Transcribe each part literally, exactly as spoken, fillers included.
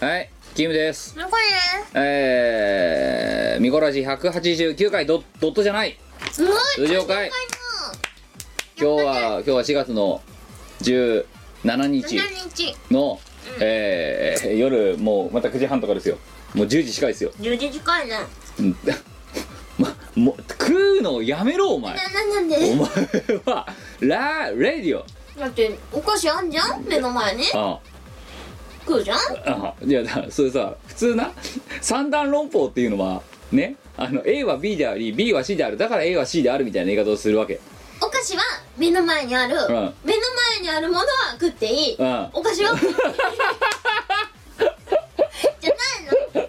はい、キムです。 これね。 えー、ミコラジひゃくはちじゅうきゅうかいドドットじゃない通常回。今日は今日はしがつのじゅうしちにちの、うん、えー、夜もうまたくじはんとかですよ。もうじゅうじ近いですよ。 じゅうじ近いね。 うんま、もう食うのやめろお前。 な、な、なんでお前はラーレディオだってお菓子あんじゃん目の前に。ああ食うじゃん。 ああいやだそれさ普通な三段論法っていうのはね、あの A は B であり B は C である、だから A は C であるみたいな言い方をするわけ。 お菓子は目の前にある、 うん、 目の前にあるものは食っていい、うん、お菓子はじゃないの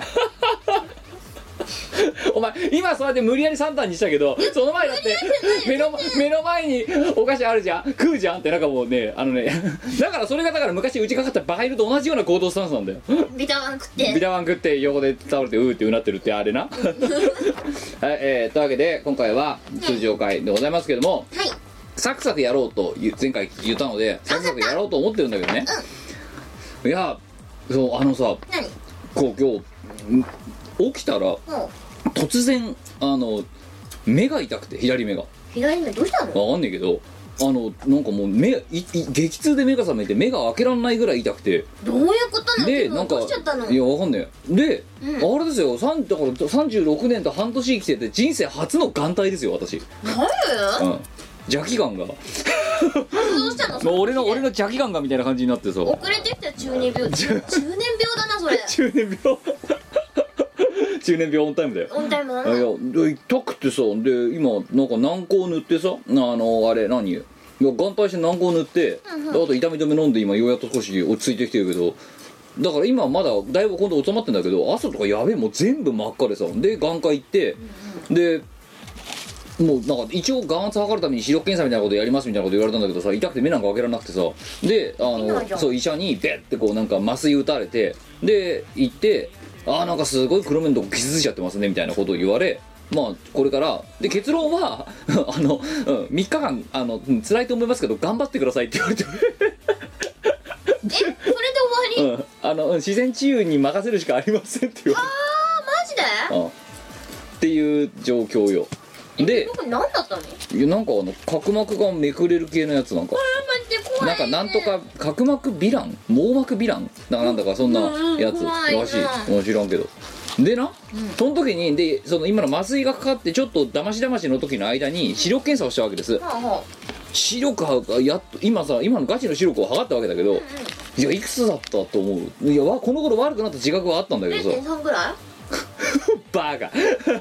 お前今そうやって無理やりさん段にしたけど、その前だって目の目の前にお菓子あるじゃん、食うじゃんって、なんかもうね、あのねだからそれがだから昔打ちかかったバカいると同じような行動スタンスなんだよ。 ビタワン食ってビタワン食って横で倒れてうーってうなってるってあれなはい、えー、というわけで今回は通常回でございますけども、はい、サクサクやろうと前回言ったのでサクサクやろうと思ってるんだけどね、うん、いやそうあのさ、何こう今日起きたら、うん、突然あの目が痛くて、左目が左目どうしたのわかんねえけど、あのなんかもう目いい激痛で目が覚めて目が開けらんないぐらい痛くて、 どういうことなのでなんかどうしちゃったの。 いやわかんねえで、うん、あれですよ、さんだからさんじゅうろくねんと半年生きてて人生初の眼帯ですよ私。 何、うん、 邪気眼がどうしたのもう俺の俺の邪気眼がみたいな感じになってさ、 遅れてきた中二病中年病だなそれ中年病中年病オンタイムだよ。 オンタイムだな。 いや痛くてさ、で今なんか軟膏塗ってさ、あのあれ何いや眼帯して軟膏塗って、うんうん、あと痛み止め飲んで今ようやっと少し落ち着いてきてるけど、だから今まだだいぶ今度収まってんだけど、朝とかやべえもう全部真っ赤でさ、で眼科行って、うんうん、でもうなんか一応眼圧測るために視力検査みたいなことやりますみたいなこと言われたんだけどさ、痛くて目なんか開けられなくてさ、であのそう医者にベッてこうなんか麻酔打たれて、で行って、あーなんかすごい黒目のとこ傷ついちゃってますねみたいなことを言われ、まあこれからで結論はあの、うん、みっかかんあの辛いと思いますけど頑張ってくださいって言われてえそれで終わり、 うん、あの自然治癒に任せるしかありませんって言われて、 あーマジで、 うん、っていう状況よ。で何だったの。 いやなんかあの角膜がめくれる系のやつなんか、なんかなんとか角膜ヴィラン網膜ヴィランだからなんだかそんなやつらしい、うん、知らんけどでな、うん、その時にでその今の麻酔がかかってちょっとだましだましの時の間に視力検査をしたわけです、うん、視力はやっと今さ今のガチの視力を測ったわけだけど、うんうん、いやいくつだったと思う。いやこの頃悪くなった自覚はあったんだけどされいてんさん ぐらいバカ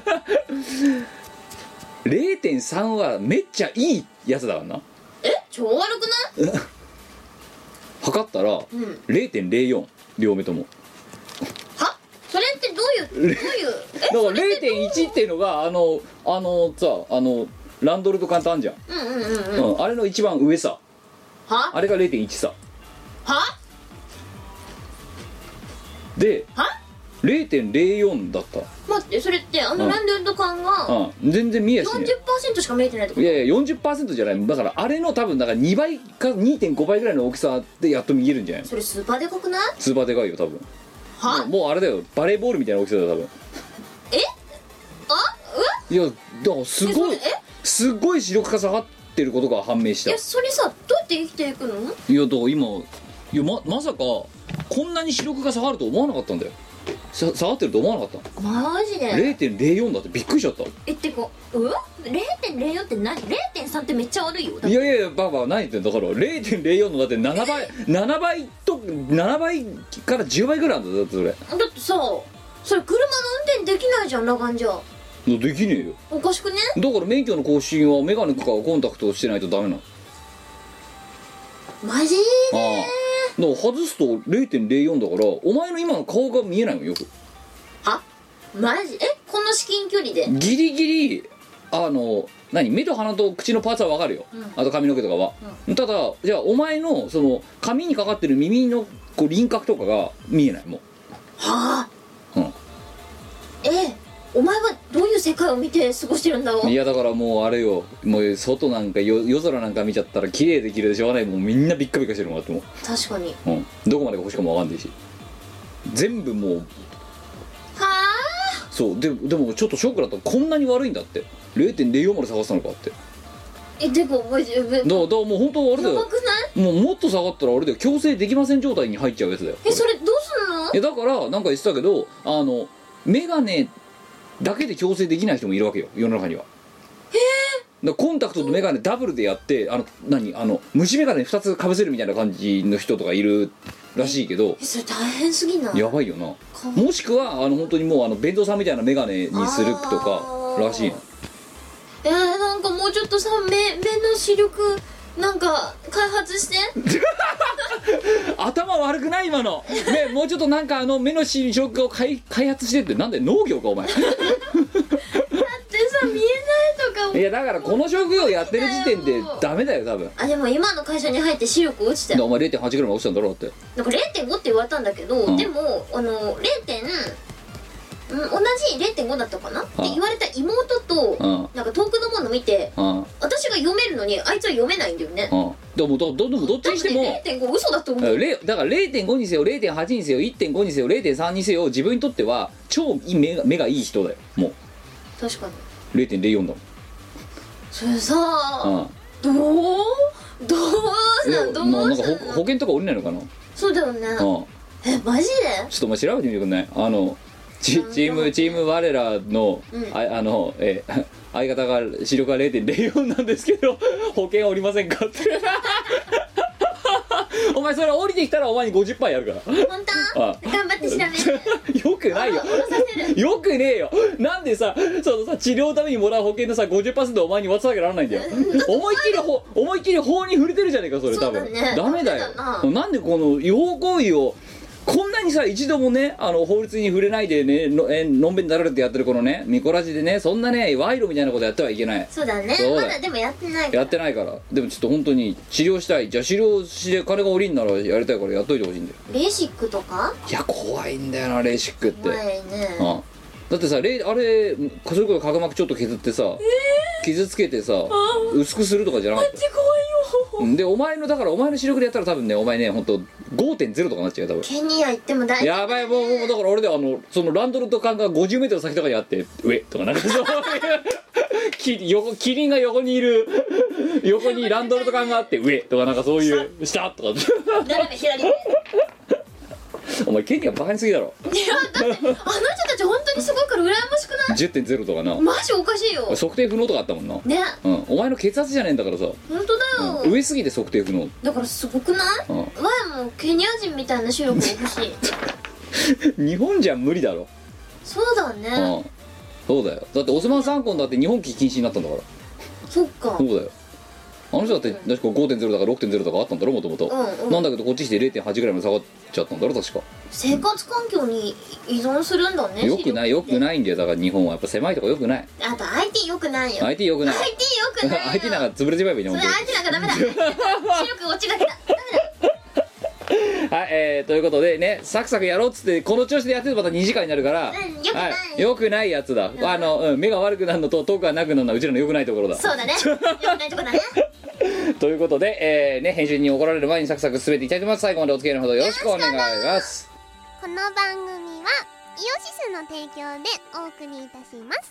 れいてんさん はめっちゃいいやつだからな。 え超悪くない測ったら、うん、れいてんれいよん 両目とも。 はそれってどういうどういうだから れいてんいち っていうのがあのあのさあのランドルと簡単じゃん、うんうんうんうん、うん、あれの一番上さ、 はあれが れいてんいち さはではれいてんれいよん だった。 待ってそれってあのランドルと感が、 うんうん、全然見えしねよんじゅっパーセント しか見えてないってこと。 いやいや よんじゅっパーセント じゃない、だからあれの多分だからにばいか にてんご 倍ぐらいの大きさでやっと見えるんじゃないの。 それスーパーでかくない。 スーパーでかいよ多分。 はもう、もうあれだよバレーボールみたいな大きさだよ多分。 えあういやだからすごいすごい視力が下がってることが判明した。 いやそれさどうやって生きていくの。 いやだから今いや ま, まさかこんなに視力が下がると思わなかったんだよ。下がってると思わなかった。 マジでれいてんれいよん だってびっくりしちゃった。 えってこう れいてんれいよん って何。 れいてんさん ってめっちゃ悪いよ。 いやいやいやバカバカ何言ってんだから れいてんれいよん のだってななばいななばいとななばいからじゅうばいぐらいなんだ。だってそれだってさそれ車の運転できないじゃん裸眼じゃ。 できねえよ。 おかしくね。 だから免許の更新はメガネかコンタクトをしてないとダメなの。 マジで。ああだから外すと れいてんれいよん だからお前の今の顔が見えないもんよく。 はマジえこの至近距離でギリギリあの何目と鼻と口のパーツは分かるよ、うん、あと髪の毛とかは、うん、ただじゃあお前のその髪にかかってる耳のこう輪郭とかが見えないもん。 はあ、 うん、 えお前はどういう世界を見て過ごしてるんだろう。 いやだからもうあれよもう外なんかよ夜空なんか見ちゃったら綺麗で綺麗でしょうがない。もうみんなビッカビカしてるもんだってもう確かに、 うん、どこまでが星かも分かんないし。 全部もうはあ。 そうででもちょっとショックだった。こんなに悪いんだって。 れいてんれいよん まで下がったのかって。 えでもマジでだだもう本当あれだよ。 やばくない？ もうもっと下がったらあれだよ、矯正できません状態に入っちゃうやつだよ。 えそれどうすんの？ えだからなんか言ってたけど、あのメガネだけで矯正できない人もいるわけよ、世の中には。へえ。だからコンタクトとメガネダブルでやって、あの何あの虫メガネふたつかぶせるみたいな感じの人とかいるらしいけど、 えそれ大変すぎない？ やばいよな。もしくはあの本当にもうあの弁当さんみたいなメガネにするとからしいの。 えー、なんかもうちょっとさ、目目の視力なんか開発して頭悪くない今の、ね、もうちょっとなんかあの目の視力を開開発してって。なんで農業かお前だってさ見えないとか。 いやだからこの職業やってる時点でダメだよ多分。 あでも今の会社に入って視力落ちたよ。 お前 れいてんはち ぐらいまで落ちたんだろだって。 なんか れいてんご って言われたんだけど、 うん、 でもあの れいてんうん、同じ れいてんご だったかなって言われた妹と、うん、なんか遠くのもの見て、うん、私が読めるのにあいつは読めないんだよね。うん、 でも ど, ど, ど, どっちにしてもれいてんご 嘘だと思う。 だから れいてんご にせよ れいてんはち にせよ いってんご にせよ れいてんさん にせよ自分にとっては超目が目がいい人だよもう。 確かにれいてんれいよん だもん。 それさあ、うん、どうどうすんどうなんか 保, 保険とか降りないのかな。 そうだよね、うん、えマジでちょっとお前調べてみてくんない？あのチ, チームチーム我らの、うん、あ, あのえ相方が視力が れいてんれいよん なんですけど保険はおりませんかってお前それ降りてきたらお前に ごじゅっパーセント やるから。 本当？あ頑張って調べるよくないよよくねえよ。なんでさそのさ治療のためにもらう保険のさ ごじゅっパーセント お前に渡さなきゃならないんだよ思いっきりほ思いっきり法に触れてるじゃねえかそれ多分。そうだね、ダメだよ。だな。なんでこの違法行為をこんなにさ一度もねあの法律に触れないでね の, えのんべんだられてやってるこのねミコラジでねそんなね賄賂みたいなことやってはいけない。 そうだね。まだでもやってないからやってないから。でもちょっと本当に治療したい。じゃあ治療して金が下りんならやりたいからやっといてほしいんだよ。 レーシックとか。 いや怖いんだよなレーシックって。 怖いね。 あだってさレあれそれこそ角膜ちょっと削ってさ、えー、傷つけてさ薄くするとかじゃなかった。 マジ怖いよ。 でお前のだからお前の視力でやったら多分ねお前ね本当 ごてんゼロ とかなっちゃうよ多分。 ケニア行っても大丈夫。 やばいもうもうだから俺であのそのランドルとカンがごじゅうメートル先とかにあって上とかなんかそういうき横キリンが横にいる横にランドルとカンがあって上とかなんかそういう下とか斜め左お前ケニアバカにすぎだろ。 いやだってあの人たち本当にすごいから羨ましくない？ じゅってんゼロ とかな。 マジおかしいよ。 測定不能とかあったもんなね、 うん、お前の血圧じゃねえんだからさ。 本当だよ、 うん、上すぎて測定不能だからすごくない？うん、わいもケニア人みたいな視力欲しい日本じゃ無理だろ。 そうだね、 うん、そうだよ。だってオスマン三婚だって日本機禁止になったんだから。 そっか。 そうだよ。あの人だって確か ごてんゼロ だか ろくてんゼロ とかあったんだろもともと。なんだけどこっち来て れいてんはち ぐらいまで下がっちゃったんだろ確か。 生活環境に依存するんだね。 よくないよくないんだよ。だから日本はやっぱ狭いとこよくない。 あと アイティー よくないよ。 アイティー よくないアイティー よくないよアイティー なんか潰れてまえばいいね。 それ アイティー なんかダメだ視力落ちがきだダメだはい、えー、ということでねサクサクやろうっつってこの調子でやってるとまたにじかんになるから、 うん、よくない、 はい、よくないやつだ、うん、あの、うん、目が悪くなるのと遠くがなくなるのはうちらのよくないところだ。 そうだねよくないところだねということで、えーね、編集に怒られる前にサクサク進めていきたいと思います。最後までお付き合いのほどよろしくお願いします。 この番組はイオシスの提供でお送りいたします。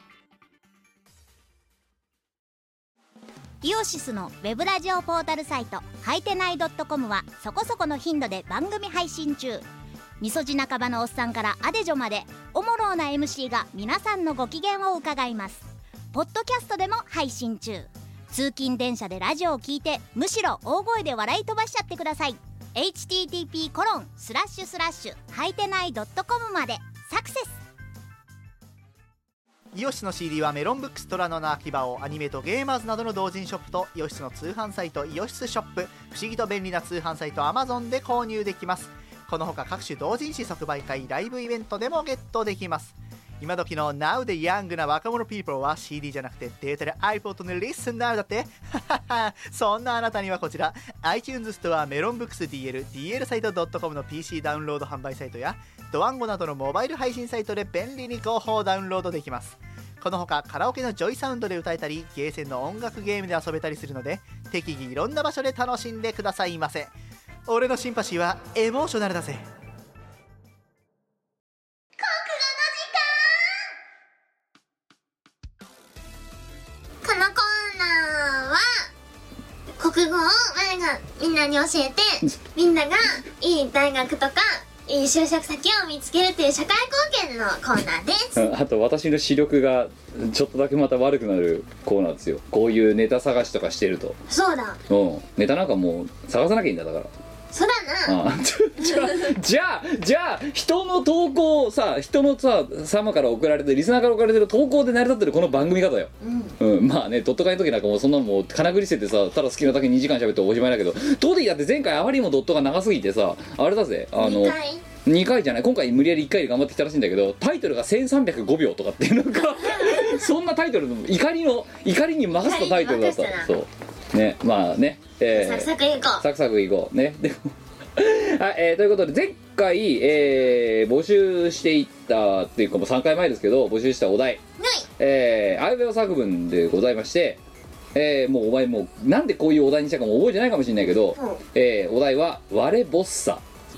イオシスのウェブラジオポータルサイトはいてない .com はそこそこの頻度で番組配信中。みそじ半ばのおっさんからアデジョまでおもろうな エムシー が皆さんのご機嫌を伺います。ポッドキャストでも配信中。通勤電車でラジオを聞いてむしろ大声で笑い飛ばしちゃってください。 エイチティーティーピーコロンスラッシュスラッシュはいてない .com までサクセス。 イオシスの シーディー はメロンブックストラノの秋葉をアニメとゲーマーズなどの同人ショップとイオシスの通販サイトイオシスショップ、不思議と便利な通販サイト Amazon で購入できます。このほか各種同人誌即売会ライブイベントでもゲットできます。今時の Now でヤングな若者 people は シーディー じゃなくてデータで iPod の Listen Now だってそんなあなたにはこちら iTunes ストアメロンブックス ディーエル ディーエル サイト .com の ピーシー ダウンロード販売サイトやドワンゴなどのモバイル配信サイトで便利に広報ダウンロードできます。このほかカラオケのジョイサウンドで歌えたりゲーセンの音楽ゲームで遊べたりするので適宜いろんな場所で楽しんでくださいませ。俺のシンパシーはエモーショナルだぜ。 なに教えてみんながいい大学とかいい就職先を見つけるという社会貢献のコーナーです。 あと私の視力がちょっとだけまた悪くなるコーナーですよ。こういうネタ探しとかしてると。 そうだ、 うん、ネタなんかもう探さなきゃいいんだだから。 そうだな。 ああじゃあじゃあじゃあ人の投稿をさ、人のさ様から送られてリスナーから送られてる投稿で成り立ってるこの番組方よ、うんうん、まあねドット会の時なんかもうそんなのもう金繰り捨ててさ、ただ好きなだけにじかん喋っておしまいだけど、当時だって前回あまりにもドットが長すぎてさ、あれだぜ、あのにかいにかいじゃない、今回無理やりいっかいで頑張ってきたらしいんだけど、タイトルがせんさんびゃくごびょうとかっていうのがそんなタイトルの怒りの怒りに任せたタイトルだった。そうね、まあね、えー、 サクサクいこうサクサクいこうね。でもはい、えー、ということで前回、えー、募集していったっていうかもうさんかいまえですけど募集したお題、えー、あいうべお作文でございまして、えー、もうお前もうなんでこういうお題にしたかも覚えてないかもしれないけど、うん、えー、お題は割れボッサ、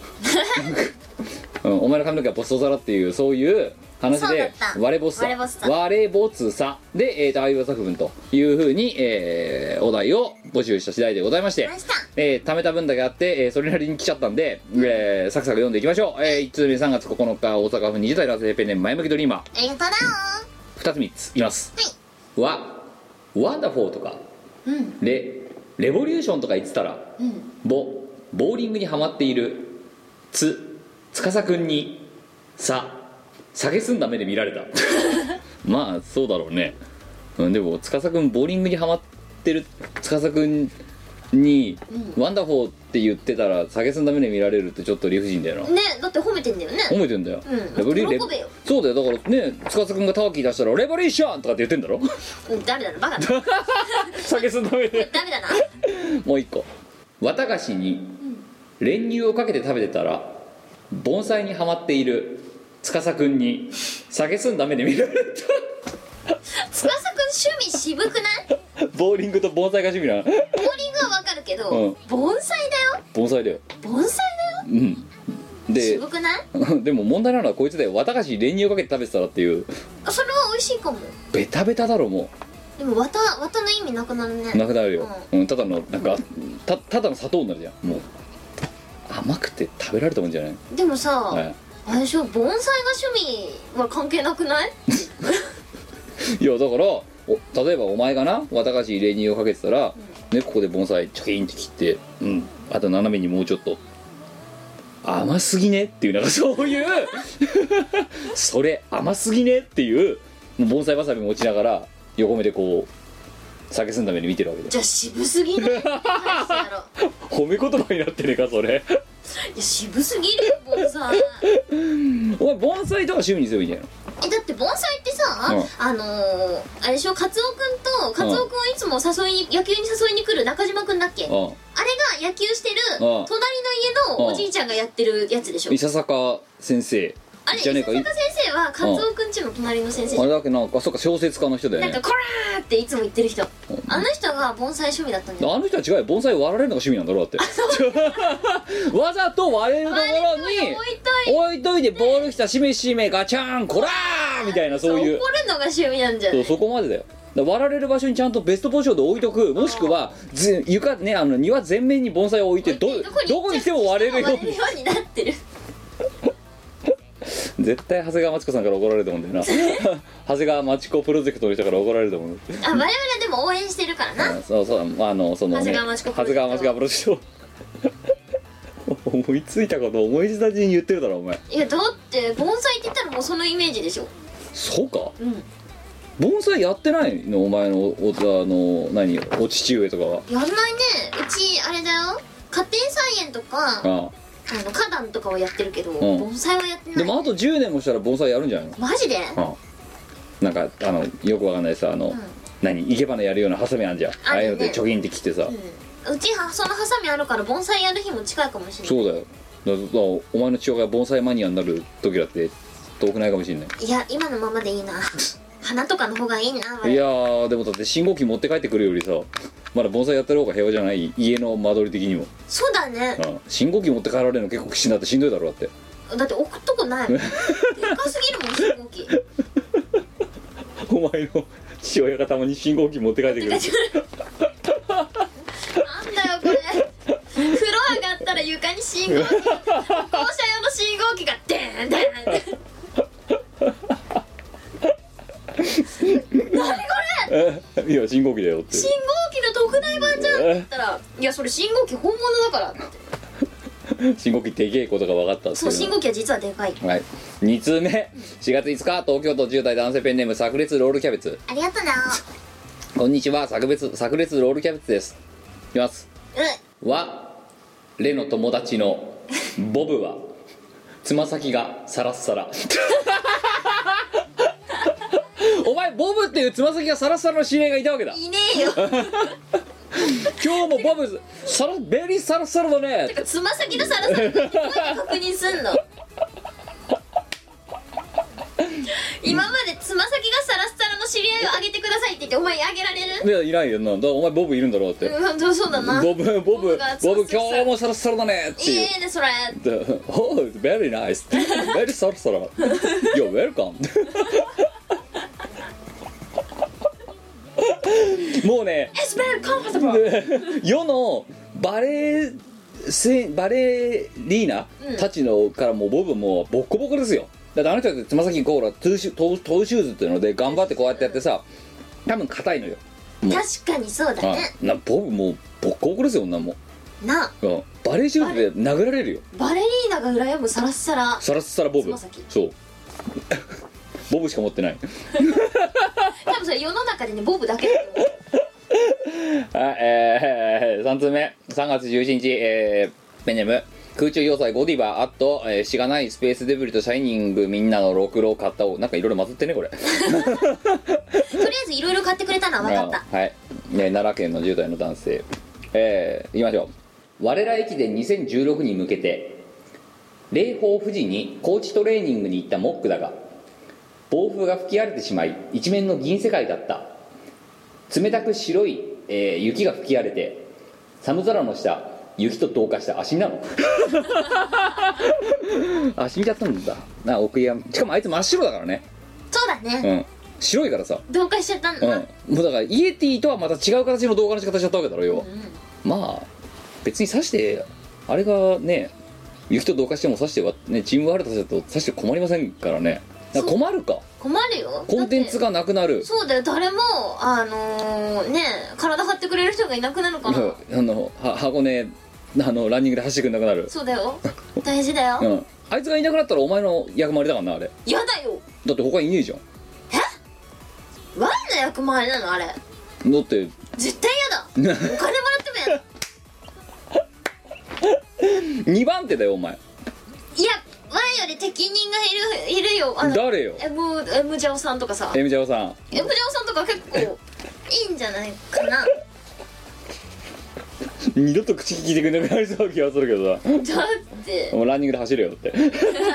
うん、お前の髪の毛はボッソ皿っていうそういう話で割れボッサ割れボツさで、えー、とあいうべお作文というふうに、えー、お題を募集した次第でございまして、えー、貯めた分だけあって、えー、それなりに来ちゃったんで、えー、サクサク読んでいきましょう。えー、いちつめさんがつここのか大阪府にじゅう代男性ペンネーム前向きドリーマー、 ありがとうだよ。 ふたつみっついきます。 はい。 わワンダフォーとか、 うん、 レレボリューションとか言ってたら、 うん、 ボボーリングにハマっている、つ司くんに、さ酒すんだ目で見られたまあそうだろうね、うん、でも司くんボーリングにハマってる司くんに、うん、ワンダフォーって言ってたら酒すんだ目で見られるってちょっと理不尽だよな。 ね、だって褒めてんだよね。 褒めてんだよ、 うん、 レボリレ喜べよ。 そうだよ、だからね司くんがターキー出したらレボリューションとかって言ってんだろうん、ダメだな、バカだ酒すんだ目でダメだなもう一個、綿菓子に練乳をかけて食べてたら盆栽にはまっている司くんに酒すんだ目で見られた司くん趣味渋くない？ ボーリングと盆栽が趣味なの。 ボーリングはわかるけど、うん、盆栽だよ。 盆栽だよ。 盆栽だよ。 うんで渋くないでも問題なのはこいつだよ。綿菓子に練乳をかけて食べてたらっていう。 あ、それは美味しいかも。 ベタベタだろもう。でも綿綿の意味なくなるね。 なくなるよ、うんうん、ただのなんか、うん、た, ただの砂糖になるじゃん。もう甘くて食べられたもんじゃない。 でもさ、はい、あれでしょ、盆栽が趣味は関係なくないいやだからお例えばお前がな綿菓子に練乳をかけてたら、うん、ね、ここで盆栽チョキンって切って、うん、あと斜めにもうちょっと甘すぎねっていうなんかそういうそれ甘すぎねっていうもう盆栽わさび持ちながら横目でこう酒すんだ目に見てるわけで。 じゃあ渋すぎね褒め言葉になってねえかそれ。 いや渋すぎるよ盆栽お前盆栽とか趣味にすればいいんじゃないの。 え、だって盆栽ってさ、うん、あのー、あれでしょ、カツオくんとカツオくんをいつも誘いに、野球に誘いに来る中島くんだっけ、うん、あれが野球してる隣の家のおじいちゃんがやってるやつでしょ。 伊佐坂先生あれ、伊佐坂先生はカツオくんちの隣の先生。 あれだっけな、あ、そっか小説家の人だよね。 なんかコラーっていつも言ってる人、あの人が盆栽趣味だったんだよ。 あの人は違うよ、盆栽を割られるのが趣味なんだろうだってわざと割れるところに置いといてボール来たしめしめガチャンコラーみたいな、そういう怒るのが趣味なんじゃない。 そう、そこまでだよ。だ割られる場所にちゃんとベストポジションで置いとく、もしくはず床ね、あの庭全面に盆栽を置いて、どどこに来ても割れるようにになってる絶対長谷川町子さんから怒られると思うんだよな長谷川町子プロジェクトの人から怒られると思う。 あ、我々でも応援してるからな。 そうそう、あのその、ね、 長谷川町子プロジェクト、 長谷川町子プロジェクト思いついたこと思いつたちに言ってるだろお前。 いやだって盆栽って言ったらもうそのイメージでしょ。 そうか、 うん、 盆栽やってないのお前のおあの何お父上とかは。 やんないね。うちあれだよ、家庭菜園とか、あああの花壇とかはやってるけど、うん、盆栽はやってない。 でもあとじゅうねんもしたら盆栽やるんじゃないの。 マジで、 うん、なんかあのよくわかんないさ、あの、うん、何生け花やるようなハサミあんじゃん、ああいうのでチョキンって切ってさ、 うん、うちはそのハサミあるから盆栽やる日も近いかもしれない。 そうだよ。だからお前の父親が盆栽マニアになる時だって遠くないかもしれない。 いや今のままでいいな花とかの方がいいな。 いやーでもだって信号機持って帰ってくるよりさ、まだ盆栽やってる方が平和じゃない？家の間取り的にも。 そうだね。 ああ、信号機持って帰られるの結構きしんだってしんどいだろだって。 だって置くとこないもんでかすぎるもん信号機お前の父親がたまに信号機持って帰ってくるなんだよこれ不ったら床に信号機、歩行者用の信号機がデーンデーンって何これいや信号機だよって、 信号機の特大版じゃんって言ったら、いやそれ信号機本物だからって信号機でけえことが分かったんですけど、 そう信号機は実はでかい。 はい、に通目しがついつか東京都じゅう代男性ペンネーム炸裂ロールキャベツ。 ありがとうな。 こんにちは、炸裂炸裂ロールキャベツです。いきます。 うわレの友達のボブはつま先がサラッサラお前ボブっていうつま先がサラッサラの知り合いがいたわけだ。 いねえよ今日もボブサラベリーサラッサラだね。 てかつま先のサラサラってどうやって確認すんの今までつま先がサラッサラの知り合いをあげてくださいって言ってお前あげられる？ いやいないよな。だお前ボブいるんだろうって。 うん、そうだな。 ボブボブボブが今日もサラッサラだねっていう。 いいねそれ。 Oh, it's very nice. Very サラッサラ。You're welcome. もうね、 It's very comfortable. 世のバレーせバレリーナたちのからもうボブもうボッコボコですよ。だってあの人ってつま先こうらトゥーシュトゥーシューズっていうので頑張ってこうやってやってさ、多分硬いのよ。 確かにそうだね。 なボブもうボッコボコですよ。女もな、 うん、バレーシューズで殴られるよ。 バレリーナが羨むサラッサラサラッサラボブ。 つま先そうボブしか持ってない多分それ世の中でねボブだけだと思うはい、えー、さん通目さんがつじゅういちにち、えー、ペンネーム空中要塞ゴディバあと、えー、しがないスペースデブリとシャイニングみんなのろくろを買ったをなんかいろいろ混ざってねこれとりあえずいろいろ買ってくれたのは分かったはい、ね、奈良県のじゅう代の男性、えー、いきましょう。我ら駅伝にせんじゅうろくに向けて霊峰富士に高地トレーニングに行ったモックだが暴風が吹き荒れてしまい一面の銀世界だった。冷たく白い、えー、雪が吹き荒れて寒空の下雪と同化した。あ、死んだのあ、死んじゃったんだな。奥山しかもあいつ真っ白だからね。 そうだね、 うん、白いからさ同化しちゃったんだな、 うん、もうだからイエティとはまた違う形の動画の仕方しちゃったわけだろよ、 うん、 まあ別に刺してあれがね雪と同化しても刺してはねチームワールドだと刺して困りませんからね。だから困るか困るよ。 コンテンツがなくなる。 そうだよ。誰もあのー、ね体張ってくれる人がいなくなるかなあのは箱根あのランニングで走ってくんなくなる。 そうだよ大事だよ、 うん、あいつがいなくなったらお前の役回りだからなあれ。 やだよ。 だって他いねえじゃん。 えワンの役回りなのあれ。だって絶対嫌だお金もらっても嫌だにばん手だよお前。 いやワンより適任がいるいるよ。あの誰よ。 M, M ジャオさんとかさ M ジャオさん M ジャオさんとか結構いいんじゃないかな二度と口聞いてくれなくなりそうな気がするけどさ。 だってもうランニングで走れよって考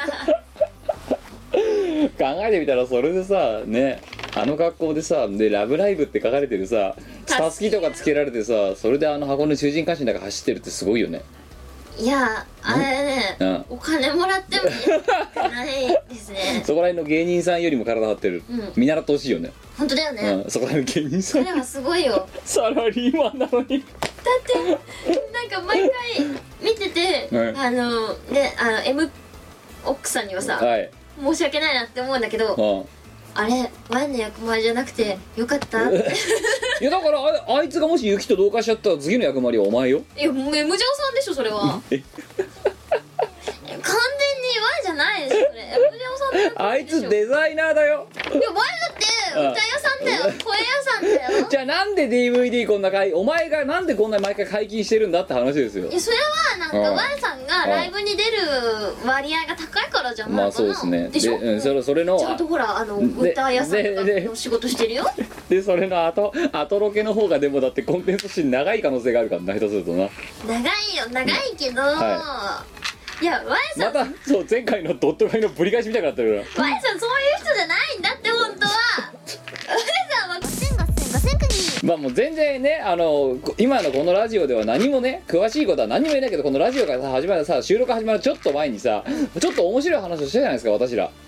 えてみたらそれでさねあの格好でさでラブライブって書かれてるさたすきとかつけられてさそれであの箱根囚人家臣の中走ってるってすごいよね。 いやあれね、うん、お金もらってもないですねそこら辺の芸人さんよりも体張ってる、うん、見習ってほしいよね。 本当だよね、 うん、そこら辺の芸人さんそれはすごいよサラリーマンなのにだってなんか毎回見てて、はい、あのねあの M 奥さんにはさ、はい、申し訳ないなって思うんだけど、うんあれワンの役回りじゃなくてよかったいやだからあ, あいつがもし雪と同化しちゃったら次の役回りはお前よ。 いやもう M ジャオさんでしょそれは完全にワンじゃないでしょそれ M ジャオさんの役あいつデザイナーだよ。 いやワンだって歌屋さんだよ声屋さんだよじゃあなんで ディーブイディー こんなかいお前がなんでこんな毎回解禁してるんだって話ですよ。 いやそれはなんかワンさんがライブに出る割合が高いからじゃないかな。 まあそうですね。 でしょ、 で、うん、それそれのちゃんとほらあの歌屋さんとかの仕事してるよ。 でそれの後後ロケの方がでもだってコンテンツとして長い可能性があるからな下手するとな。 長いよ長いけど、はい、いやワイさんまたそう前回のドット買いのぶり返しみたいになってるからワイさんそういう人じゃないんだって本当はワイさんはガセンガセンガセンクニまあもう全然ねあの今のこのラジオでは何もね詳しいことは何も言えないけどこのラジオがさ始まるさ収録始まるちょっと前にさちょっと面白い話をしたじゃないですか私ら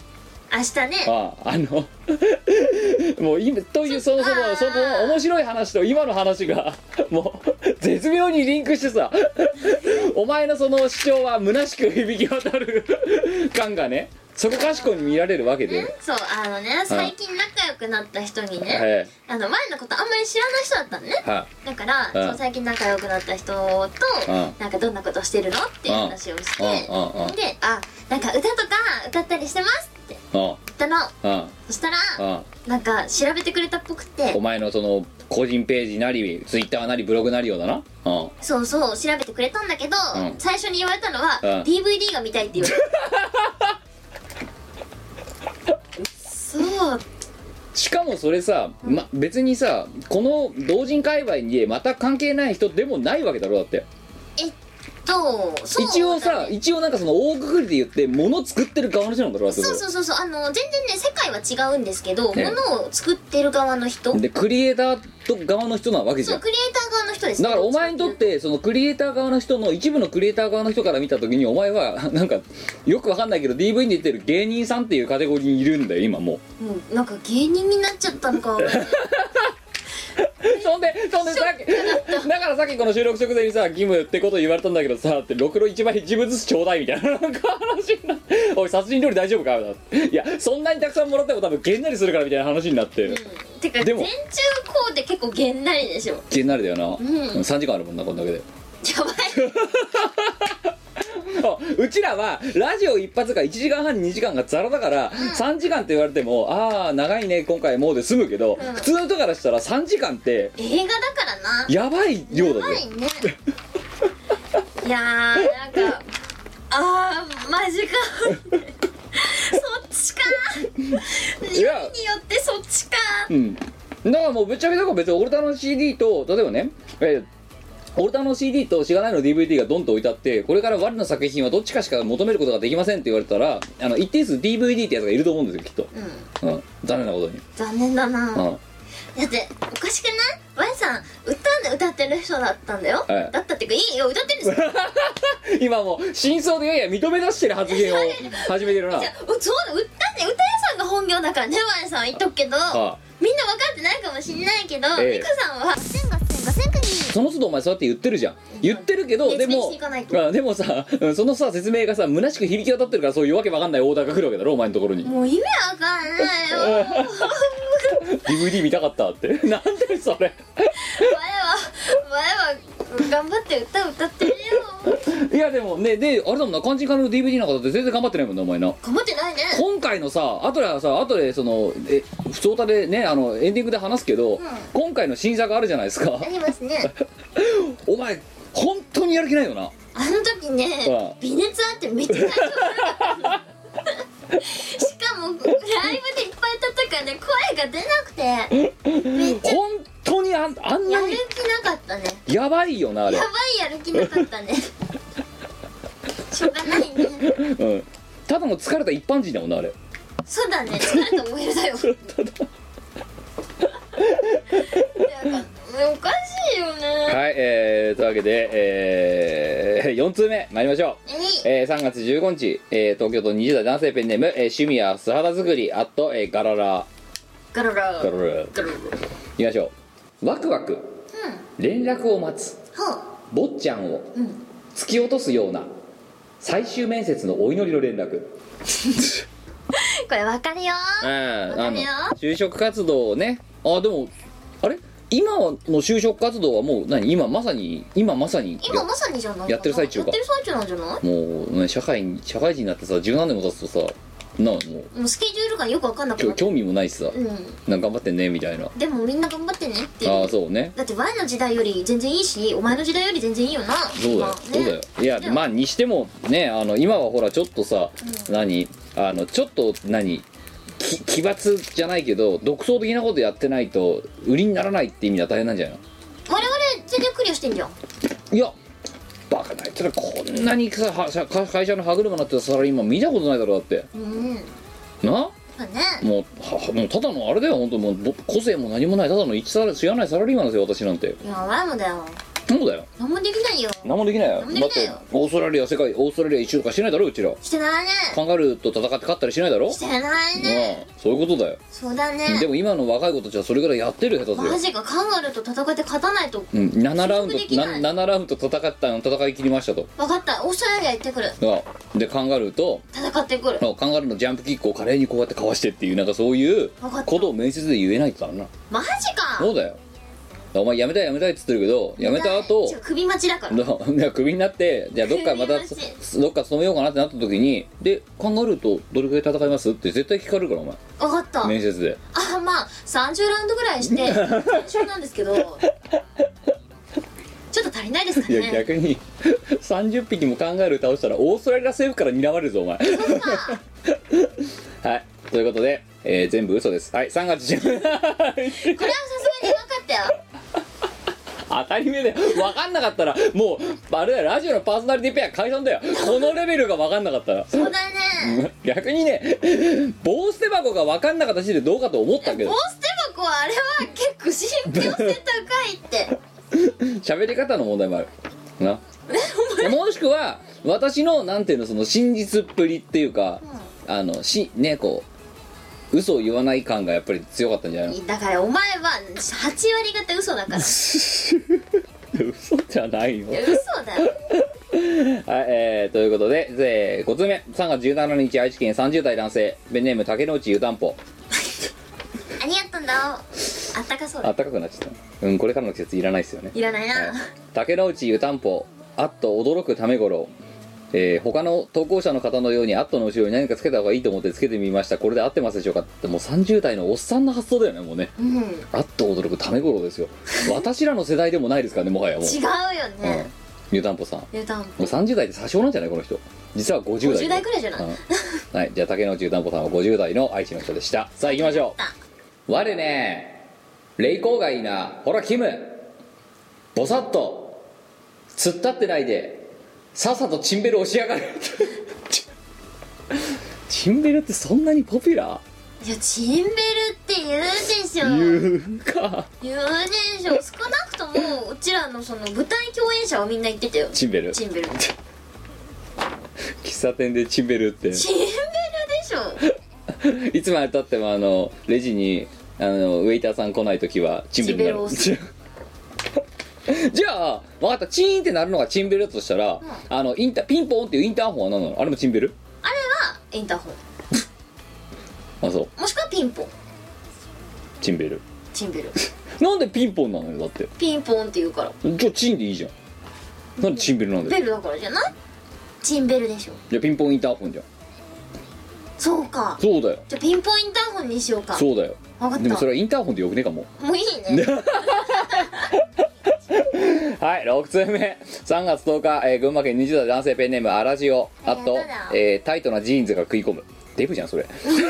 明日ね。 ああのもう今というそのそのその面白い話と今の話がもう絶妙にリンクしてさお前のその主張は虚しく響き渡る感がねそこかしこに見られるわけで、 そうあのね最近仲良くなった人にね、あの前のことあんまり知らない人だったのね、だからそう最近仲良くなった人となんかどんなことしてるのっていう話をして、であなんか歌とか歌ったりしてますって言ったの。そしたらなんか調べてくれたっぽくて、 お前のその個人ページなりツイッターなりブログなりようだな、 そうそう調べてくれたんだけど、最初に言われたのは ディーブイディー が見たいって言われた。そうしかもそれさ、ま、別にさこの同人界隈にまた関係ない人でもないわけだろだって。 えっとそう、ね、 一応さ一応なんかその大くくりで言って物作ってる側の人なんだろだって。 そうそうそうそう、あの全然ね世界は違うんですけど、物を作ってる側の人でクリエイターと側の人なわけじゃん。 そうクリエイター側の人です、ね、 だからお前にとってそのクリエイター側の人の一部のクリエイター側の人から見た時にお前はなんかよくわかんないけど ディーブイ に出てる芸人さんっていうカテゴリーにいるんだよ今もう。 うん、なんか芸人になっちゃったのかそんでそんでさっきだからさっきこの収録直前にさ義務ってこと言われたんだけどさってろくろいちまい自分ずつちょうだいみたいななんか話になっておい殺人料理大丈夫かいやそんなにたくさんもらっても多分げんなりするからみたいな話になって、うん、 てか全中高で結構げんなりでしょ。 げんなりだよな、 うん、 さんじかんあるもんなこんだけでやばいうちらはラジオ一発がいちじかんはんにじかんがザラだから、うん、さんじかんって言われてもああ長いね今回もうで済むけど、うん、普通の人からしたらさんじかんって映画だからなやばい量だぜ。やばいねいやーなんかあーマジかそっちかいやによってそっちかうんだからもうぶっちゃけだから別にオルタの シーディー と例えばねえーオルタの シーディー としがないの ディーブイディー がドンと置いてあってこれから我の作品はどっちかしか求めることができませんって言われたらあの一定数 ディーブイディー ってやつがいると思うんですよきっと、うんうん、残念なことに残念だな、うん、だっておかしくないワイさん歌で歌ってる人だったんだよ、はい、だったっていうかいいよ歌ってるんですよ今もう真相でいやいや認め出してる発言を始めてるな。 そうだ歌で歌屋さんが本業だからねワイさんは言っとくけど、はあ、みんな分かってないかもしんないけど、ええ、ミクさんはその都度お前そうやって言ってるじゃん言ってるけどでもでもさそのさ説明がさ虚しく響き渡ってるからそういうわけわかんないオーダーが来るわけだろお前のところに。 もう意味わかんないよディーブイディー 見たかったってなんでそれ前は前は頑張って歌歌ってるよいやでもねであれだもんな肝心カの ディーブイディー なんかだって全然頑張ってないもんなお前な。 頑張ってないね。 今回のさ後でさ後でそのえ普通歌でねあのエンディングで話すけど、うん、今回の新作あるじゃないですか。 ありますねお前本当にやる気ないよな。 あの時ね、うん、微熱あってめっちゃ体調悪かったしかもライブでいっぱい歌ったからね声が出なくてめっちゃ本当に あ, あんなにやる気なかったね。 やばいよなあれ。 やばいやる気なかったねしょうがないね、 うん、ただの疲れた一般人だもんなあれ。 そうだね疲れた オーエル だよただおかしいよね。 はい、えー、というわけで、えー、よん通目参りましょう。えー、さんがつじゅうごにち、えー、東京都にじゅう代男性ペンネーム、えー、趣味は素肌作りあと、えー、ガララガララガララガララいきましょう。ワクワク、うん、連絡を待つ、はあ、坊ちゃんを突き落とすような最終面接のお祈りの連絡これわかるよー。わかるよ。 就職活動をねあでもあれ今の就職活動はもう何今まさに今まさに今まさにじゃないやってる最中か。 やってる最中なんじゃない。 もう、ね、社会に社会人になってさ十何年も経つとさなもうもうスケジュールがよく分かんなくなって興味もないしさ、うん、なんか頑張ってねみたいな。 でもみんな頑張ってねっていう。 ああそうね。 だってワイの時代より全然いいしお前の時代より全然いいよな。 そうだよ、まあね、そうだよ。いやまあにしてもねあの今はほらちょっとさ、うん、何あのちょっと何奇抜じゃないけど独創的なことやってないと売りにならないって意味では大変なんじゃないの。 我々全然クリアしてんじゃん。 いやバカなやつらこんなにさ会社の歯車になってたサラリーマン見たことないだろだって、うん、なそうね。 もうもうただのあれだよ本当もう個性も何もないただの一知らないサラリーマンですよ私なんて。 いや前もだよ。 そうだよ。 何もできないよ。 何もできないよ。 何もできないよだってオーストラリア世界オーストラリア一周とかしないだろうちら。 してないね。 カンガルーと戦って勝ったりしないだろ。 してないね。 うん、そういうことだよ。 そうだね。 でも今の若い子たちはそれぐらいやってる下手すよ。 マジか、カンガルーと戦って勝たないと。 うん、ななラウンド収束できないななラウンド戦った戦い切りましたと。 分かった、オーストラリア行ってくる。 あでカンガルーと戦ってくる。 カンガルーのジャンプキックを華麗にこうやってかわしてっていうなんかそういう分かったことを面接で言えないとだな。 マジか。 そうだよ。お前辞めたい辞めたいっつってるけど辞めた後違う、首待ちだから。 だクビになってじゃあどっかまた首待どっか勤めようかなってなった時にでカンガルーとどれくらい戦いますって絶対聞かれるからお前分かった。 面接で。 あ、まあさんじゅうラウンドぐらいして単勝なんですけどちょっと足りないですかいやね。 逆にさんじゅっぴきもカンガルー倒したらオーストラリア政府から睨まれるぞお前はいということで、えー全部嘘です。はいさんがつじゅうこれはさすがに分かったよ。 当たり前だよ。分かんなかったらもうあれだよ、ラジオのパーソナリティペア解散だよこのレベルが分かんなかったら。 そうだね。 逆にね棒捨て箱が分かんなかった時でどうかと思ったけど棒捨て箱はあれは結構信憑性高いって喋り方の問題もあるなもしくは私のなんていうのその真実っぷりっていうか、うん、あのしねこう嘘を言わない感がやっぱり強かったんじゃないの。 だからお前ははち割方嘘だから嘘じゃないよ。 嘘だよはい、えー、ということで、えー、ごつうめさんがつじゅうしちにち愛知県さんじゅう代男性ペンネーム竹之内湯たんぽありがとうんだ。あったかそうだ。 あったかくなっちゃったうんこれからの季節いらないですよね。 いらないな、 はい、竹之内湯たんぽあっと驚くためごろ、えー、他の投稿者の方のようにアットの後ろに何かつけた方がいいと思ってつけてみました。これで合ってますでしょうかって。もうさんじゅう代のおっさんの発想だよねもうね、 うん、 あっと驚くためごろですよ私らの世代でもないですからねもはやもう違うよね、 うん、湯たんぽさん湯たんぽもうさんじゅう代で詐称なんじゃないこの人。実はごじゅう代ごじゅう代くらいじゃない、 うん、はいじゃあ竹之内湯たんぽさんはごじゅう代の愛知の人でした。さあ行きましょう。我ね霊光がいいな。ほらキムボサッと突っ立ってないでさっさとチンベル押しやがるチンベルってそんなにポピュラー？いやチンベルって言うでしょ。 言うか言うでしょ。少なくともうちらのその舞台共演者はみんな言ってたよ。 チンベルチンベル喫茶店でチンベルってチンベルでしょいつまでたってもあのレジにあのウェイターさん来ないときはチンベルになるチンじゃあ分かった。チーンってなるのがチンベルだとしたら、うん、あのインタピンポンっていうインターホンは何なの？あれもチンベル？ あれはインターホンあそうもしくはピンポンチンベルチンベルなんでピンポンなのよだって。 ピンポンって言うからじゃあチンでいいじゃん。なんでチンベルなんだよ。 ベルだからじゃない？チンベルでしょ。 じゃあピンポンインターホンじゃん。 そうか。 そうだよ。 じゃあピンポンインターホンにしようか。 そうだよ。 分かった。 でもそれはインターホンでよくねえかも。 もういいねはいろくつうめさんがつとおか、えー、群馬県にじゅう代男性ペンネームアラジオあと、えー、タイトなジーンズが食い込むデブじゃんそれ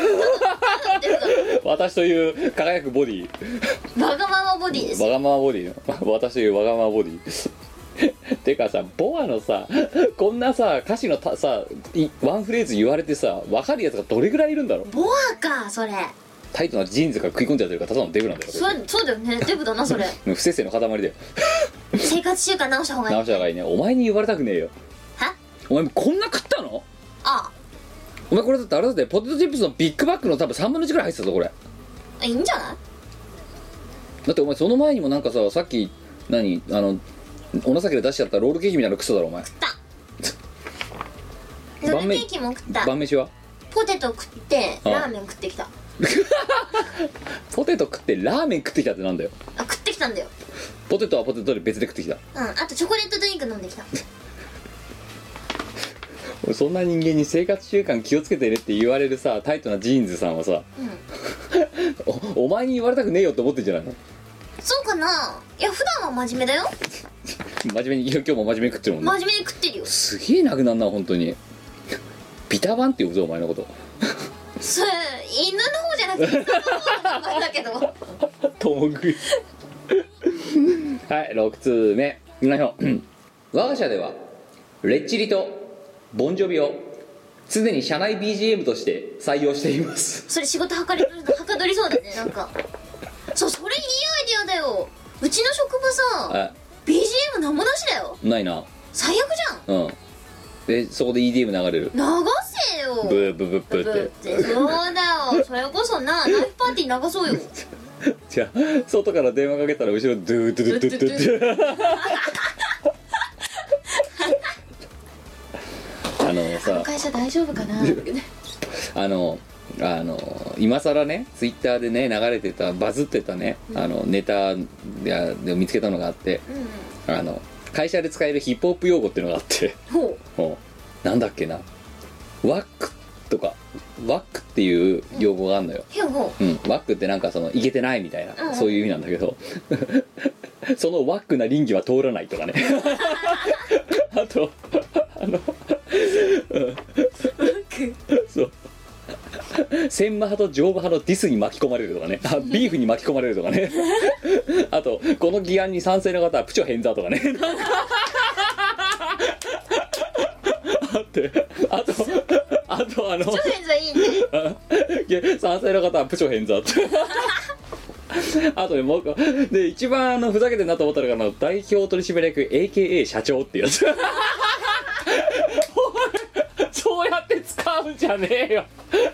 私という輝くボディわがままボディですわがままボディの私というわがままボディてかさボアのさこんなさ歌詞のたさワンフレーズ言われてさ分かるやつがどれぐらいいるんだろう。 ボアかそれタイトなジーンズが食い込んじゃってるからただのデブなんだよ。 そ, そうだよねデブだなそれ不摂生の塊だよ生活習慣直した方がいい。 直した方がいいね。お前に言われたくねえよ。 はお前こんな食ったの？ ああお前これだってあれだってポテトチップスのビッグバッグの多分さんぶんのいちぐらい入ってたぞこれ。 いいんじゃない？ だってお前その前にもなんかささっき何あのお情けで出しちゃったロールケーキみたいなの食っただろお前。 食ったロールケーキも食った。 晩飯はポテト食ってラーメン食ってきたポテト食ってラーメン食ってきたってなんだよ。 あ食ってきたんだよ。 ポテトはポテトで別で食ってきた。 うんあとチョコレートドリンク飲んできたそんな人間に生活習慣気をつけてねって言われるさタイトなジーンズさんはさ、うん、お, お前に言われたくねえよって思ってんじゃないの？ そうかな。いや普段は真面目だよ真面目に今日も真面目に食ってるもんね。 真面目に食ってるよ。 すげえなくなんな本当にビタバンって呼ぶぞお前のことそれ犬の方じゃなくて犬の方の名前だけどともぐいはいろくつうめいきましょう我が社ではレッチリとボンジョビを常に社内 ビージーエム として採用しています。 それ仕事はかりはかどりそうだねなんかそうそれいいアイディアだよ。うちの職場さ ビージーエームなんもなしだよ。 ないな。 最悪じゃん。 うん。でそこで イーディーエム 流れる。 流せよ。 ブーブーブーブーって。 そうだよ。それこそなナイフパーティー流そうよ。 じゃあ外から電話かけたら後ろドゥードゥドゥドゥドゥドゥあのさ、 会社大丈夫かな。 あのあの今更ねツイッターでね流れてたバズってたね、うん、あのネタで見つけたのがあって、うん、あの会社で使えるヒップホップ用語っていうのがあって、ほうほうなんだっけな、ワックとかワックっていう用語があるのよ、うん、うん、ワックってなんかそのイケてないみたいな、うん、そういう意味なんだけどそのワックな倫理は通らないとかねあとあのそう千馬派と乗馬派のディスに巻き込まれるとかね、あビーフに巻き込まれるとかねあとこの議案に賛成の方はプチョ偏座とかねあってあとあとあのプチョ偏座いいね賛成の方はプチョ偏座ってあとねもう一個で一番あのふざけてんなと思ったのがあの代表取締役 エーケーエー 社長っていうやつそうやって使うんじゃねえよ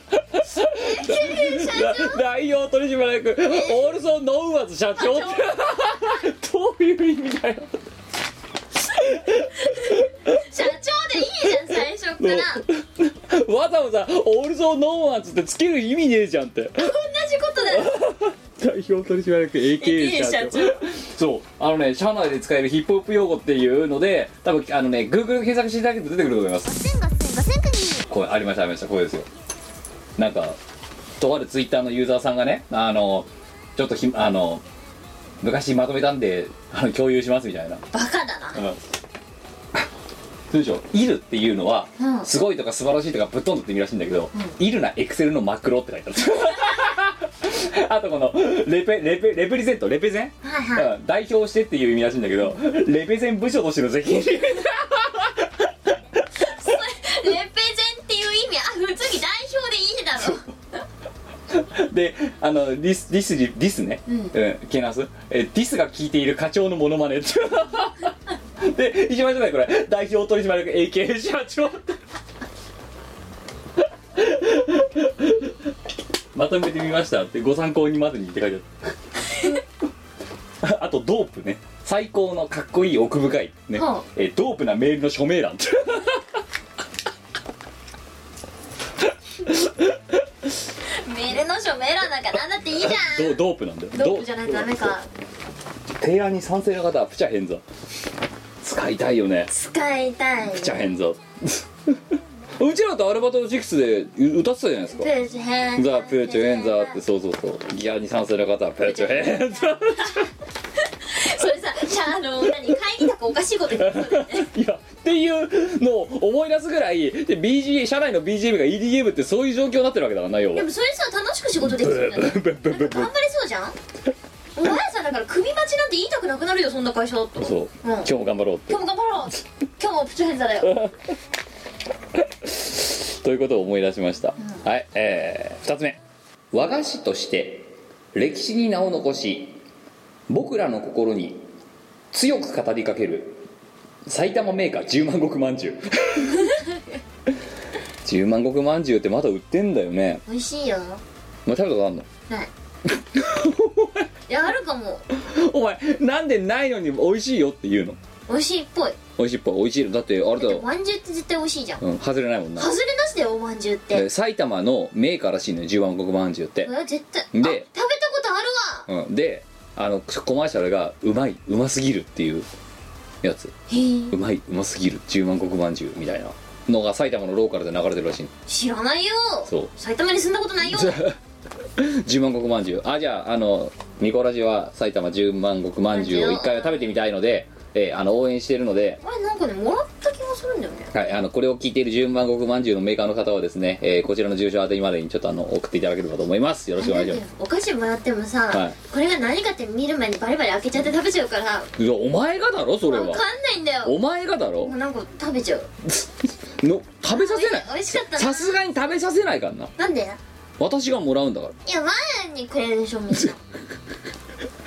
代表取締役オールソンノウワズ社長ってどういう意味だよ社長でいいじゃん最初からわざわざオールソンノウワズってつける意味ねえじゃんって同じことだよ代表取締役 エーケーエー 社長そうあのね社内で使えるヒップホップ用語っていうので多分あのね Google 検索していただけると出てくると思います。これありましたありましたこれですよ。なんかとあるツイッターのユーザーさんがねあのちょっとひあの昔まとめたんであの共有しますみたいな。 バカだな、うん、 通常いるっていうのは、うん、すごいとか素晴らしいとかぶっ飛んだって意味らしいんだけど、うん、いるなエクセルのマクロって書いてあるあとこのレペレペレプリゼントレペゼン、はいはい、うん、代表してっていう意味らしいんだけどレペゼン部署としての責任レペゼンっていう意味あ普通に代表でいいだろであのディスディスディスね、うんうん、ケナスえディスが聞いている課長のモノマネで一番じゃないこれ代表取締役 エーケーエー 社長まとめてみましたってご参考にまでにって書いてあるあとドープね最高のかっこいい奥深いね、はあ、えドープなメールの署名欄メールの署名欄なんかなんだっていいじゃんド, ドープなんだよドープじゃないとダメか。 提案に賛成の方はプチャヘンザ使いたいよね。 使いたいプチャヘンザうちらとアルバトロシックスで歌ってたじゃないですか。 プチヘンザザプチヘンザってそうそうそうギアに賛成の方はプチヘンザそれさじゃああの何会議とかおかしいこと言ってたよねいやっていうのを思い出すぐらいで ビージーエム 社内の ビージーエム が イーディーエム ってそういう状況になってるわけだからな。要はでもそれさ楽しく仕事できるんだね頑張れそうじゃんお前さだから首待ちなんて言いたくなくなるよそんな会社だったら。そう、うん、今日も頑張ろうって今日も頑張ろう今日もプチヘンザだよということを思い出しました、うん、はい、えー、ふたつめ和菓子として歴史に名を残し僕らの心に強く語りかける埼玉メーカー十万石まんじゅう十万石まんじゅうってまだ売ってんだよね。 美味しいよ。 お前食べたことあんの？ ないいやあるかも。 お前なんでないのに美味しいよって言うの？ 美味しいっぽい。 美味しいっぽい。美味しい。だってあれだよ。 まんじゅうって絶対美味しいじゃん。 うん、外れないもんな。 外れなしだよおまんじゅうって。 埼玉のメーカーらしいのよ十万石まんじゅうって。 え絶対。 で、 食べたことあるわ。 うん。で、あのコマーシャルがうまいうますぎるっていうやつ。うまいうますぎる十万石まんじゅうみたいなのが埼玉のローカルで流れてるらしいの。 知らないよ。 そう。 埼玉に住んだことないよ。 十万石まんじゅう。あじゃああのミコラジは埼玉十万石まんじゅうを一回は食べてみたいので。えー、あの応援しているのであれなんかねもらった気がするんだよね。 はい、あのこれを聞いている十万石まんじゅうのメーカーの方はですね、えー、こちらの住所宛てにまでにちょっとあの送っていただければと思います。よろしくお願いします。 お菓子もらってもさ、はい、これが何かって見る前にバリバリ開けちゃって食べちゃうから。 いやお前がだろそれは。 分かんないんだよ。お前がだろ。 なんか食べちゃうの食べさせない。 おいしかったな。 さすがに食べさせないからな。 なんで？ 私がもらうんだから。 いや前にくれるでしょみんな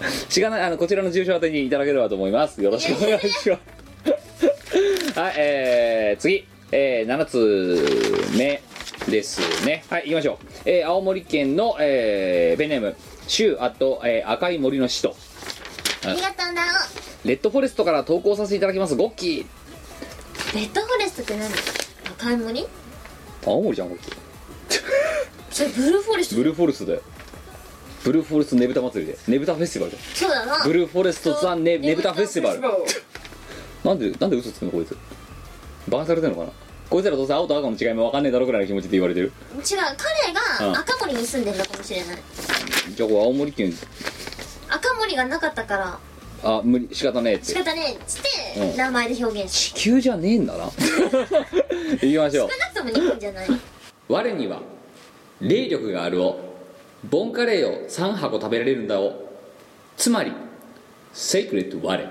しがない、あのこちらの住所宛てにいただければと思います。よろしくお願いしますはい、えー、次、えー、ななつめですね。はい、行きましょう。えー、青森県の、えー、ペンネームシューあと、えー、赤い森の使徒、 ありがとうだ。 レッドフォレストから投稿させていただきます。ゴッキー。 レッドフォレストって何？赤い森？ 青森じゃんこいつそれブルーフォレスト。 ブルーフォレストだよ。ブルーフォレストねぶた祭りでねぶたフェスティバルで。 そうだな。 ブルーフォレストザねねぶたフェスティバルなんでなんで嘘つくのこいつ。バカされてんのかな。こいつらどうせ青と赤の違いも分かんねえだろくらいの気持ちで言われてる。 違う、彼が赤森に住んでるのかもしれない。 じゃあこれ青森県赤森がなかったからあ無理仕方ねえって仕方ねえっつって、 うん、 名前で表現し地球じゃねえんだな行きましょう。 少なくとも日本じゃない。 我には霊力があるをボンカレーをさん箱食べられるんだをつまりセイクレット我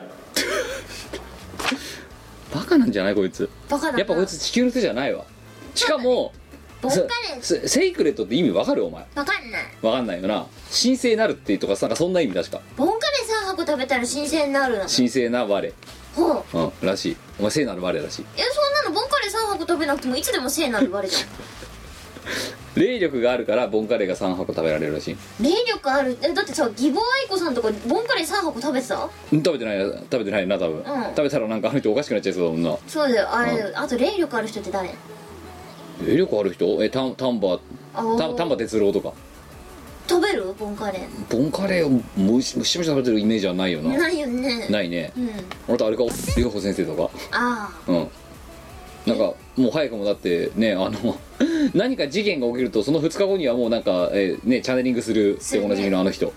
バカなんじゃないこいつ。 バカだな。 やっぱこいつ地球の手じゃないわ。しかもボンカレーセイクレットって意味わかるお前。 わかんない。 わかんないよな。神聖なるってとかなんかそんな意味確か。 ボンカレーさん箱食べたら神聖になるな。 神聖な我、 ほう、 うん、らしい。お前聖なる我らしい。 え、そんなのボンカレーさん箱食べなくてもいつでも聖なる我じゃん霊力があるからボンカレーがさん箱食べられるらしい。 霊力ある。え、だってさ、義母愛子さんとかボンカレーさん箱食べてた？ うん食べてないな食べてないな多分、うん、食べたらなんかあの人おかしくなっちゃいそうだもんな。 そうだよあれ、 うん、 あと霊力ある人って誰？ 霊力ある人？え丹波丹波哲郎とか食べる？ボンカレーボンカレーをむしむしむし食べてるイメージはないよな。 ないよね。 ないね。 うん。 あとあれかりほ先生とか。 ああ、 うんなんかもう早くもだってねあの何か事件が起きるとそのふつかごにはもうなんか、えー、ねチャネリングするっておなじみのあの人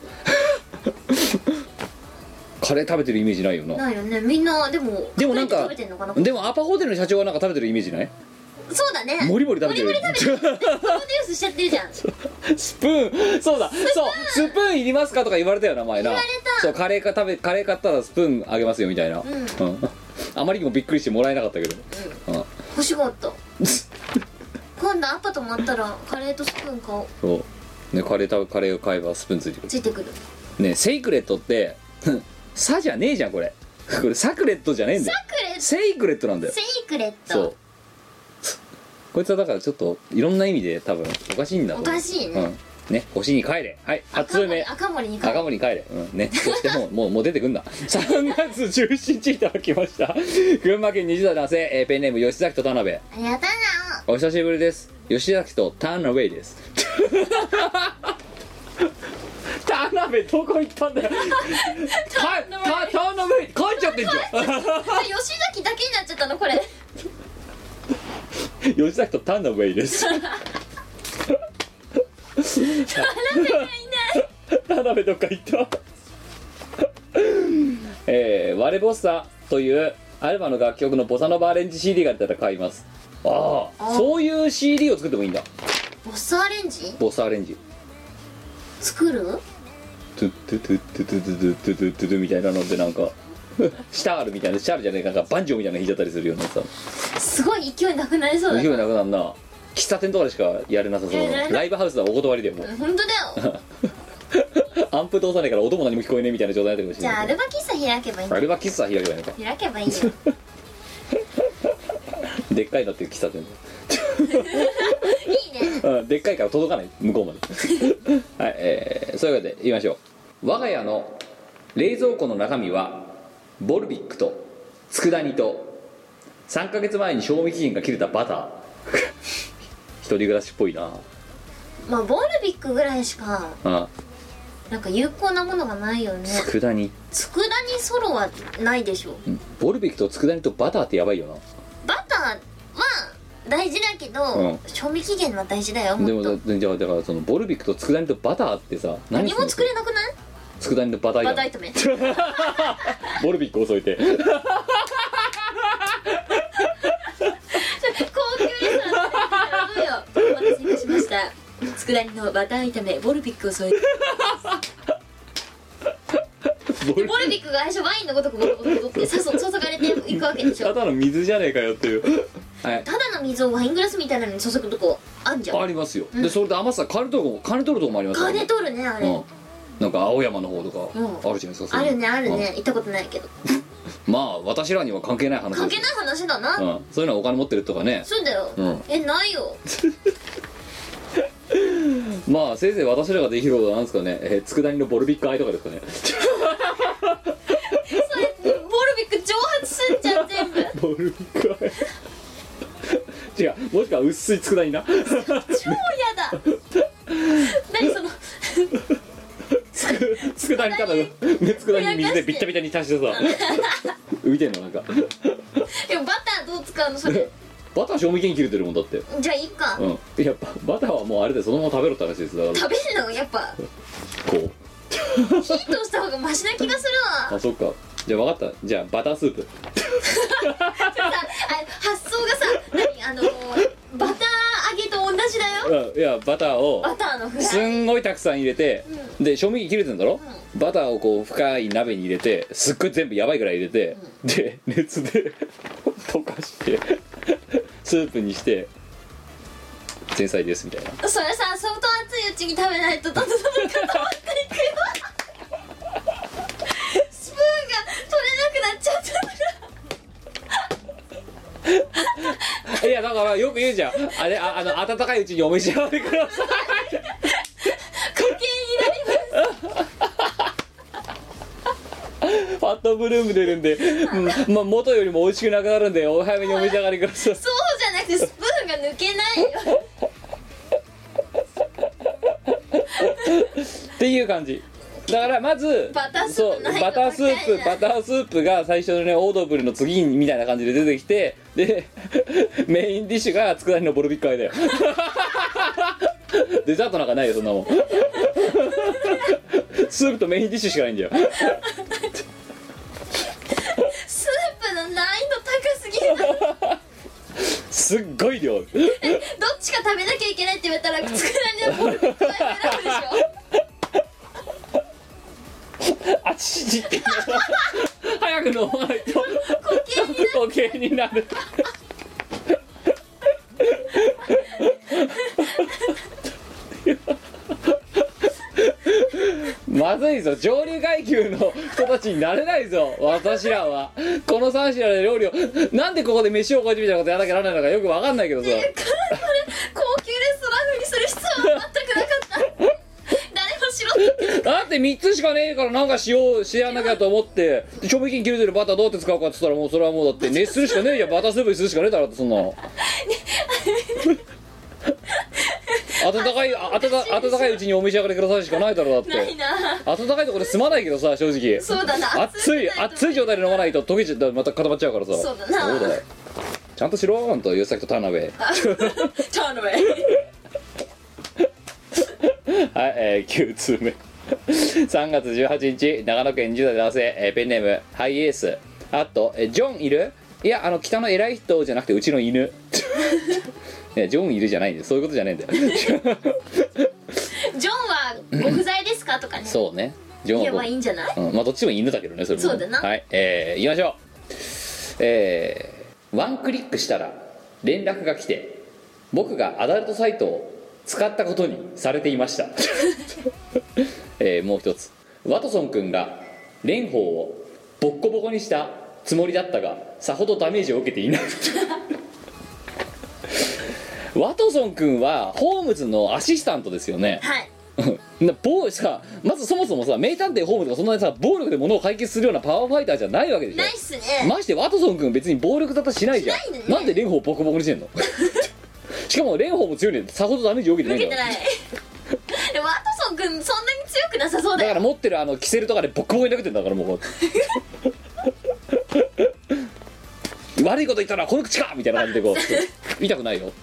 カレー食べてるイメージないよな。 ないよね。みんなでもでもなんか食べてんのかな。 でもアパホテルの社長はなんか食べてるイメージない？ そうだね。 モリモリ食べてる。 モリモリ食べてる。プロデュースしちゃってるじゃん。 スプーンそうだそうスプーンいりますかとか言われたよな前な。 言われた。 そうカレーか食べカレー買ったらスプーンあげますよみたいな、うんうん、あまりにもびっくりしてもらえなかったけど、うんうん、 欲しかった今度アパ泊まったらカレーとスプーン買おう。 そうねカレー食べカレーを買えばスプーンついてくる。 ついてくるねセイクレットってサじゃねえじゃんこれこれサクレットじゃねえんだよ。 サクレットセイクレットなんだよ。 セイクレット。 そうこいつはだからちょっといろんな意味で多分おかしいんだと思う。 おかしいね、 うんね、星に帰れ。はいはちつめ赤森に帰れ。 赤森に帰れ、うんね、そしてもうもうもう出てくんなさんがつじゅうしちにちいただきました群馬県にじゅう代男性、えー、ペンネーム吉崎と田辺。 ありがとうな。 お久しぶりです。吉崎とターンアウェイですターンアウェイどこ行ったんだよターンアウェイ帰っちゃってんじゃん吉崎だけになっちゃったのこれ吉崎とターンアウェイです田辺がいない田辺どっか行ったえー、ワレボッサというアルバの楽曲のボサノバアレンジ シーディー があったら買います。ああそういう シーディー を作ってもいいんだ。 ボスアレンジボスアレンジ作る？ トゥットゥトゥトゥトゥトゥトゥトゥトゥトゥトゥみたいなのでなんかシタールみたいなシタールじゃねえかなんかバンジョーみたいなの弾いちゃったりするようなさ。 すごい勢いなくなりそうだな。 勢いなくなんな。喫茶店とかでしかやれなさそうな。ライブハウスはお断りだよもう。 本当だよアンプ通さないから音も何も聞こえねえみたいな状態になってるかもしじゃあアれない。 ルバ喫茶開けばいいんだ。 アルバ喫茶開けばいいのか。 開けばいいよでっかいのっていう喫茶店いいね、 うん、でっかいから届かない向こうまではい、えー、そういうわけで言いましょう。我が家の冷蔵庫の中身はボルビックと佃煮とさんかげつまえに賞味期限が切れたバター一人暮らしっぽいな。 まあボルビックぐらいしかあなんか有効なものがないよね。 佃煮佃煮ソロはないでしょ。 ボルビックと佃煮とバターってやばいよな。 バターは大事だけど、うん、賞味期限は大事だよ。もっとでもじゃあだからそのボルビックと佃煮とバターってさ何も作れなくない？ 佃煮とバターバター炒めボルビックを添えて高級レストランで頼むよ。お待たせいたしました。佃煮のバター炒めボルビックを添えてボルビックが最初ワインのごとくボロボロボロって注がれていくわけでしょ。 ただの水じゃねえかよっていうはい、 ただの水をワイングラスみたいなのに注ぐとこあんじゃん。 ありますよ、うん、でそれで甘さ金取るとこ金取るとこもありますよね。 金取るねあれ、うん、 なんか青山の方とかうんあるじゃないですか、 あるねあるうんね、行ったことないけど。 まあ私らには関係ない話ですよ関係ない話だな、 うん、そういうのはお金持ってるとかね。 そうだよ、 うんえないよ。 まあせいぜい私らができることはなんですかね、えー、佃煮のボルビックアイとかですかね。 それボルビック蒸発すんじゃん全部。 ボルビックアイ違う、もしくは薄い佃煮な。 超やだ。何そのつく佃煮ただのね、佃煮に水でビッタビタに足してさ浮いてんのなんか。 でもバターどう使うのそれ。 バター賞味期限切れてるもんだって。 じゃあいいか、 うん、いやバターはもうあれでそのまま食べろって話です。だから食べるのやっぱこう火通した方がマシな気がするわ。 あ、そっか。じゃあ分かった。じゃあバタースープ。 でもさ、あ発想がさ、何あのー、バター揚げと同じだよ。 うん、いやバターをバターのフライすんごいたくさん入れて、で賞味期限切れてんだろ、 うバターをこう深い鍋に入れて、すっごい全部やばいぐらい入れて、で熱で溶かしてスープにして前菜ですみたいな。 それさ、相当熱いうちに食べないとどんどんどんどん固まっていくよ。スプーンが取れなくなっちゃったいやだからよく言うじゃん、あれ、ああの温かいうちにお召し上がりください。 固形になりますファットブルーム出るんで、うんまあ、元よりも美味しくなくなるんでお早めにお召し上がりください。 そうじゃなくてスプーンが抜けないよ。 っていう感じだから、まずバタースーそうプないのバタースー高いなプバタースープが最初のねオードブルの次みたいな感じで出てきて、でメインディッシュが佃煮のボルビックアイだよ。デザートなんかないよそんなもん。スープとメインディッシュしかないんだよ。 スープの難易度高すぎる。 すっごい量。 どっちか食べなきゃいけないって言われたら佃煮のボルビックアイ選ぶでしょ。 あちちって早く飲まないと固形になる。まずいぞ、上流階級の人たちになれないぞ私らは。このさん品で料理をなんでここで飯をこうやってみたいなことやらなきゃならないのかよく分かんないけどさ、 高級レストラン風にする必要は全くなかった。誰もしろって言ってる。 だってみっつしかねえからなんかしようしやんなきゃと思って、賞味期限切れてるバターどうやって使うかって言ったら、もうそれはもうだって熱するしかねえじゃん。バタースープにするしかねえだろってそんなの。温かいあ温か温かいうちにお召し上がりくださいしかないだろだって。 ないな。 温かいところで済まないけどさ、正直そうだな。 熱い熱い状態で飲まないと溶けちゃったらまた固まっちゃうからさ。 そうだな。 そうだよ、ちゃんとしろーんと吉崎と田辺。はい、 ターンウェイ。 えー、きゅう通目さんがつじゅうはちにち長野県じゅう代男性、えー、ペンネームハイエース。あと、えー、ジョンいる？いや、あの北の偉い人じゃなくてうちの犬。いやジョンいるじゃないんだよ、そういうことじゃねえんだよ。 ジョンはご不在ですかとかね。 そうね、ジョンは言えばいいんじゃない？ うん、まあどっちも犬だけどね、それもね。 そうだな。 はい、えー、言いましょう。えー、ワンクリックしたら連絡が来て、僕がアダルトサイトを使ったことにされていました。えー、もう一つ、ワトソン君が蓮舫をボッコボコにしたつもりだったがさほどダメージを受けていない。ワトソン君はホームズのアシスタントですよね。 はい。 な暴さまずそもそもさ、名探偵ホームズがそんなにさ暴力で物を解決するようなパワーファイターじゃないわけでしょ。 ないっすね。 ましてワトソン君別に暴力だったらしないじゃん。 しないのねなんで蓮舫をボコボコにしてんの？しかも蓮舫も強いね、さほどダメージを受けてないんだから。 受けてない。でもワトソン君そんなに強くなさそうだよ。 だから持ってるあのキセルとかでボッコボコに投げてんだからもう。悪いこと言ったらこの口かみたいな感じでこう痛くないよ。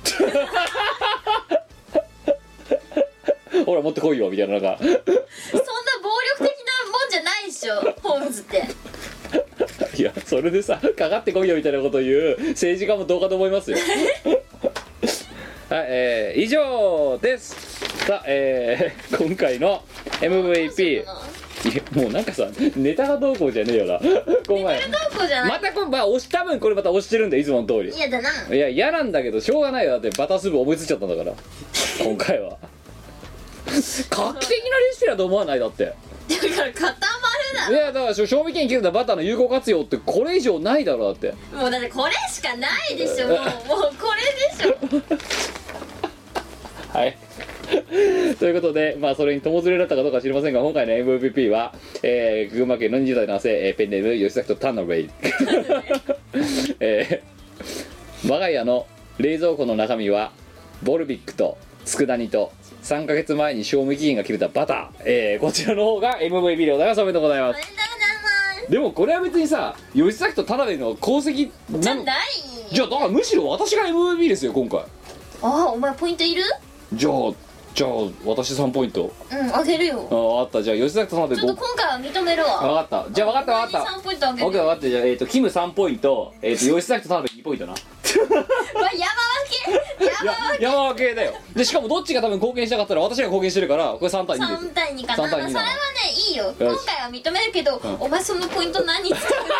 ほら持ってこいよみたいな、なんかそんな暴力的なもんじゃないでしょホームズって。 いやそれでさかかってこいよみたいなことを言う政治家もどうかと思いますよ。はい、えー、以上です。さあ、えー、今回の エムブイピー、いやもうなんかさネタがどうこうじゃねえよな。今回どこじゃない。 また今まあ押し多分これまた押してるんだよいつもの通り。 嫌だな。 いや嫌なんだけどしょうがないよ、だってバタースープ思いついちゃったんだから今回は。 画期的なレシピだと思わない？だってだから固まるだろ。 いやだから賞味期限切れたバターの有効活用ってこれ以上ないだろ。だってもうだってこれしかないでしょ。もうもうこれでしょ。 はいということで、まあそれに友連れだったかどうか知りませんが、今回の エムブイピー は、えー、群馬県のにじゅう代男性、えー、ペンネーム吉崎とタンナウェイ、えー、我が家の冷蔵庫の中身はボルビックと佃煮とさんかげつまえに賞味期限が切れたバター、えー、こちらの方が エムブイピー でございます。おめでとうございます。 おめでとうございます。 でもこれは別にさ、吉崎と田辺の功績じゃない。 じゃあだからむしろ私が エムブイピー ですよ今回。 ああ、お前ポイントいる？ じゃあじゃあ私さんポイント。 うん、あげるよ。 ああった。じゃあ吉崎と田辺ちょっと今回は認めるわ。 分かった。じゃあ分かった分かった。 さんポイントあげる。 オッケー分かった。じゃあ、えー、とキムさんポイント、えー、と吉崎と田辺にポイントな。 わ、山分け山分けいや山分けだよ。でしかもどっちが多分貢献したかったら私が貢献してるから、これさんたいにです。 さんたいにかな。 さんたいにだそれはね、いいよ。今回は認めるけど、 んお前そのポイント何に使うの？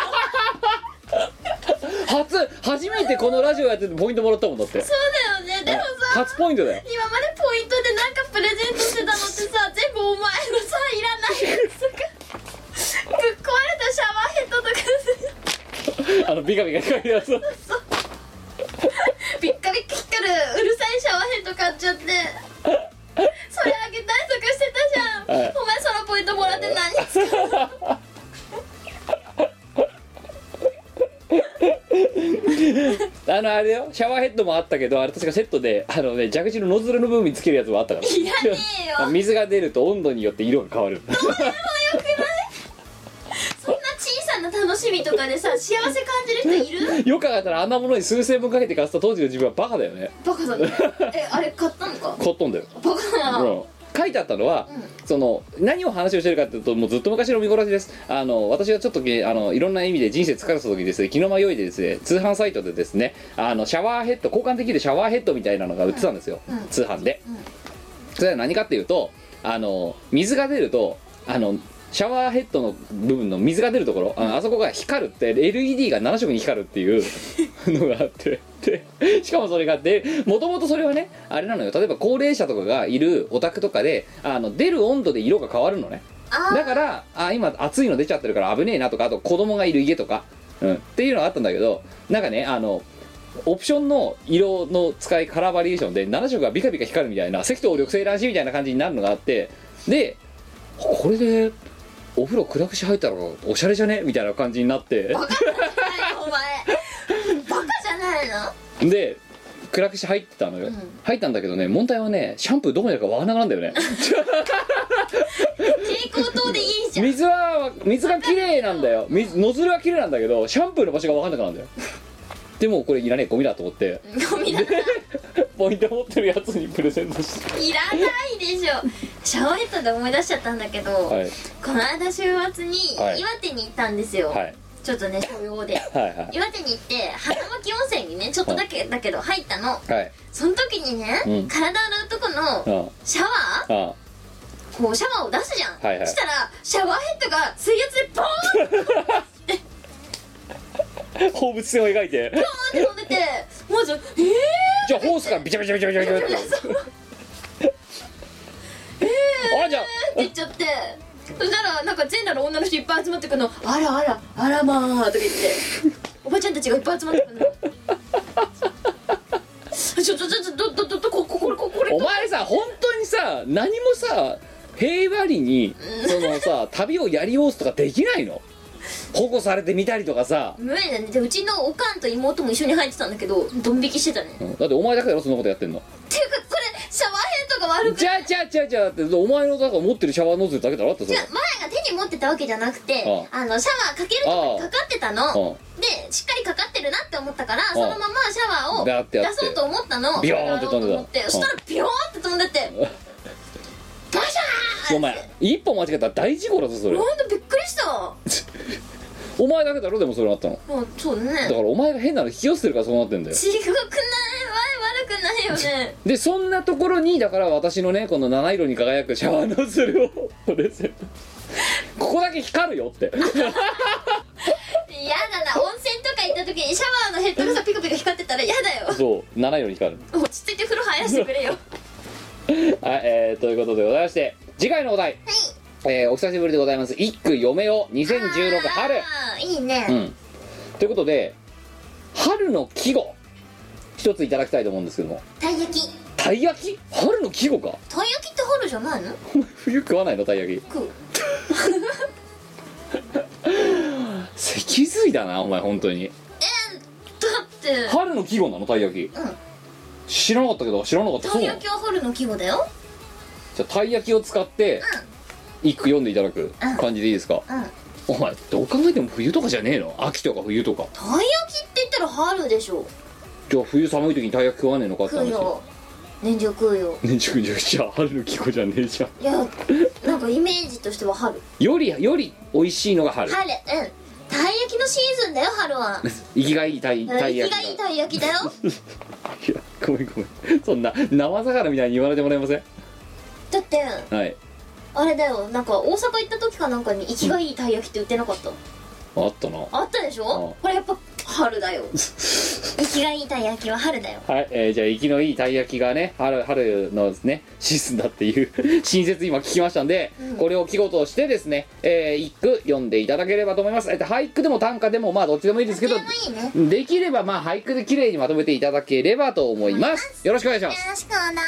初初めてこのラジオやっててポイントもらったもんだって。 そうだよね。でもさ、 初ポイントだよ。 今までポイントでなんかプレゼントしてたのってさ、全部お前のさ、いらないやつとかぶっ壊れたシャワーヘッドとかあのビカビカ光るやつ。 ビッカビッカ光るうるさいシャワーヘッド買っちゃって、それあげたりとかしてたじゃん、はい、お前そのポイントもらって何使うの？ あのあれよ、シャワーヘッドもあったけど、あれ確かセットであのね、蛇口のノズルの部分につけるやつもあったから。 いらねえよ。 水が出ると温度によって色が変わる。 どうでもよくない？そんな小さな楽しみとかでさ、幸せ感じる人いる？ よく考えたらあんなものに数千分かけて買った当時の自分はバカだよね。 バカだね。え、あれ買ったのか？ 買ったんだよ。 バカだな。 うん書いてあったのは、うん、その何を話をしてるかというと、もうずっと昔の見殺しです。あの私がちょっとあのいろんな意味で人生疲れた時にですね、気の迷いでですね、通販サイトでですね、あのシャワーヘッド、交換できるシャワーヘッドみたいなのが売ってたんですよ、うん、通販で、うん、それは何かっていうと、あの水が出ると、あのシャワーヘッドの部分の水が出るところ、 あ, あそこが光るって エルイーディー がなな色に光るっていうのがあってでしかもそれがでもともとそれはねあれなのよ。例えば高齢者とかがいるお宅とかで、あの出る温度で色が変わるのね。だからあ今暑いの出ちゃってるから危ねえなとか、あと子供がいる家とか、うん、っていうのがあったんだけど、なんかね、あのオプションの色の使いカラーバリエーションでなな色がビカビカ光るみたいな、赤灯緑青乱視みたいな感じになるのがあって、でこれでお風呂暗くし入ったらおしゃれじゃねみたいな感じになって、 バカじゃないお前バカじゃないので暗くし入ってたのよ、うん、入ったんだけどね、問題はね、シャンプーどこにあるかわからなくなるんだよね。 蛍光灯でいいじゃん。 水は水が綺麗なんだよ、水ノズルは綺麗なんだけど、シャンプーの場所がわかんなくなるんだよ。でもこれいらねえ、ゴミだと思って、 ゴミだポイント持ってるやつにプレゼントして。 いらないでしょ。シャワーヘッドで思い出しちゃったんだけど、はい、この間週末に岩手に行ったんですよ、はい、ちょっとね、所用ではい、はい、岩手に行って花巻温泉にねちょっとだけ、はい、だけど入ったの、はい、その時にね、うん、体洗うとこのシャワー、うん、こうシャワーを出すじゃん、はいはい、そしたらシャワーヘッドが水圧でポーンって放物線を描いてポーンって飛んでて、まずえーじゃあホースからビチャビチャビチャビチャビチャってえーあじゃあって言っちゃって、そしたらなんか全裸の女の人いっぱい集まってくるの。あらあらあらまーとか言っておばちゃんたちがいっぱい集まってくるの。ちょちょちょちょどどどどこここれここれお前さ本当にさ何もさ平和裏にそのさ旅をやりおすとかできないの？保護されてみたりとかさ無理だね。でうちのおかんと妹も一緒に入ってたんだけどドン引きしてたね、 うん、だってお前だけだろそんなことやってんのっていうかそれシャワーヘッドが悪くてじゃあじゃあじゃあじゃあってお前のだから持ってるシャワーノズルだけだろってそれ。 じゃあ前が手に持ってたわけじゃなくて あ, あのシャワーかけるとこにかかってたのでしっかりかかってるなって思ったからそのままシャワーを出そうと思ったの。 ビヨーンって飛んでた。 そしたらビヨーンって飛んでてバシャーンお前一歩間違えたら大事故だぞそれ。 ほんとびっくりしたお前だけだろでもそれなったの。 うんそうだね。 だからお前が変なの引き寄せてるからそうなってんだよ。 違くない悪くないよね。 でそんなところにだから私のねこの七色に輝くシャワーノズルをここだけ光るよってやだな。温泉とか行った時にシャワーのヘッドがさピカピカ光ってたらやだよ。 そう七色に光る。 落ち着いて風呂入らせてくれよ。 はい、えー、ということでございまして、次回のお題、はい、えー、お久しぶりでございます。一句嫁をにせんじゅうろく春。 いいね、 うん、ということで春の季語一ついただきたいと思うんですけども。 たい焼き。 たい焼き？春の季語か。 たい焼きって春じゃないの？ 冬食わないのたい焼き？ 食う。 脊髄だなお前本当に。 えー、だって春の季語なのたい焼き？ うん、 知らなかったけど知らなかった。 たい焼きは春の季語だよ。 じゃあたい焼きを使って一句読んでいただく感じでいいですか？ うん、 お前どう考えても冬とかじゃねえの？秋とか冬とか。 たい焼きって言ったら春でしょ。 じゃあ冬寒い時にたい焼き食わねえのかって話。 食うよ、年中食うよ。 年中食うじゃん。じゃあ春の季語じゃねえじゃん。 いや、なんかイメージとしては春。 よりより美味しいのが春。 春、うん、たい焼きのシーズンだよ春は。 生きがいいたいたい焼き。 生きがいいたい焼きだよ。 いやごめんごめん、そんな生魚みたいに言われてもらえません？ だってはい、 あれだよ、なんか大阪行った時かなんかに生きがいいたい焼きって売ってなかった？ あったな。 あったでしょ。これやっぱ春だよ。生きがいいたい焼きは春だよ。 はい、えー、じゃあ生きのいいたい焼きがね春春のですねシーズンだっていう新説今聞きましたんで、うん、これを季語としてですね、えー、一句読んでいただければと思います。えっと俳句でも短歌でもまあどっちでもいいですけど、 どっちでもいいね、 できればまあ俳句で綺麗にまとめていただければと思います。よろしくお願いします。 よろしくお願い。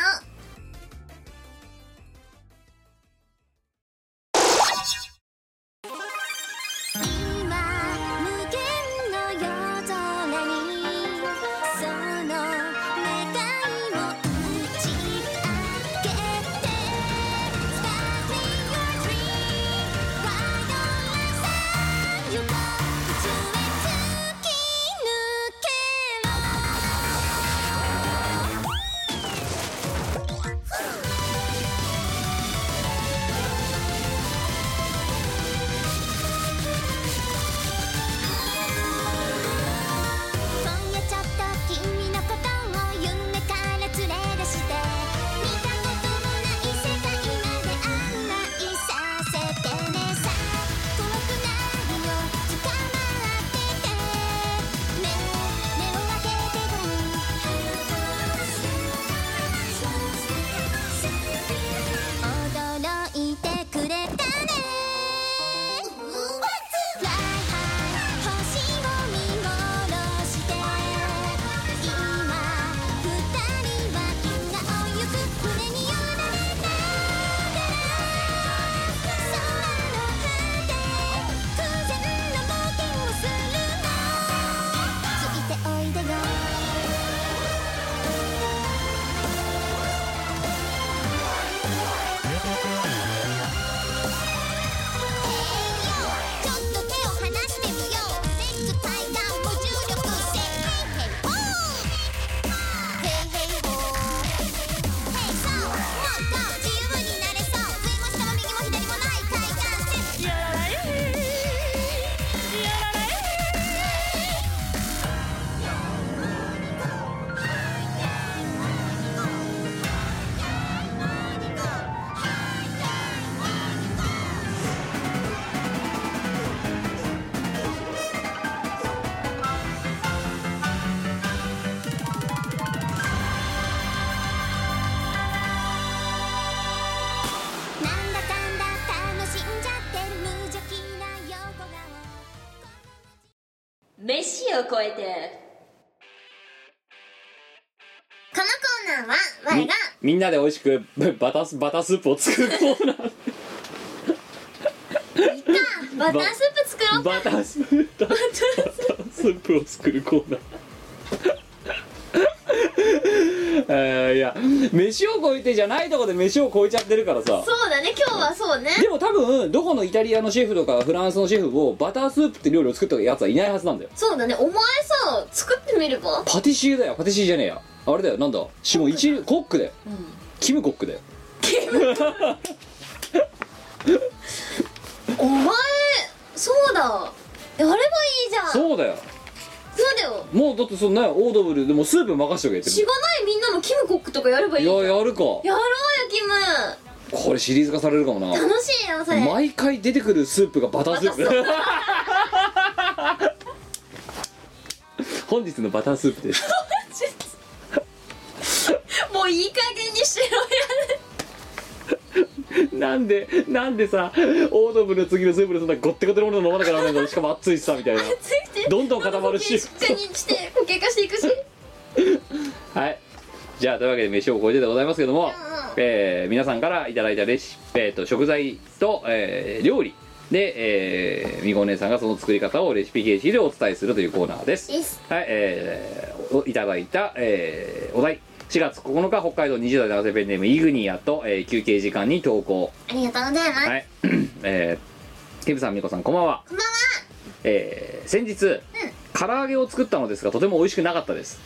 飯を超えて。このコーナーは我がみ, みんなで美味しくバタスバタスープを作るコーナー。 いいか、バタースープ作ろうか。 バタースープバタースープを作るコーナー。えー、いや飯を超えてじゃないとこで飯を超えちゃってるからさ。 そうだね、今日はそうね。 でも多分どこのイタリアのシェフとかフランスのシェフをバタースープって料理を作ったやつはいないはずなんだよ。 そうだね、お前さ作ってみれば。 パティシエだよ。パティシエじゃねえや、あれだよ、なんだしも一コックだよ、うん、キムコックだよ。 キムお前そうだ、やればいいじゃん。 そうだよ、 そうだよ。 もうだってそんなオードブルでもスープ任せとけって。 しがないみんなのキムコックとかやればいいじゃん。 いや、やるか。 やろうよキム。 これシリーズ化されるかもな。 楽しいよそれ。 毎回出てくるスープがバタースープ。本日のバタースープです。 もういい加減にしろや。 なんでなんでさオードブルの次のスープでそんなゴッテゴテのもの飲まなきゃならないの、しかも熱いしさみたいな、どんどん固まるし、 固形にして固形化していくしはい、じゃあというわけで飯を超えてでございますけども、えー、皆さんからいただいたレシピ、えー、と食材と、えー、料理で、えー、みこ姉さんがその作り方をレシピ形式でお伝えするというコーナーです。はい、えー、いただいた、えー、お題しがつここのか北海道にじゅう代男性ペンネームイグニアと、えー、休憩時間に投稿。 ありがとうございます。 はい、えー、ケムさんみこさんこんばんは。 こんばんは。 えー、先日、うん、唐揚げを作ったのですがとても美味しくなかったです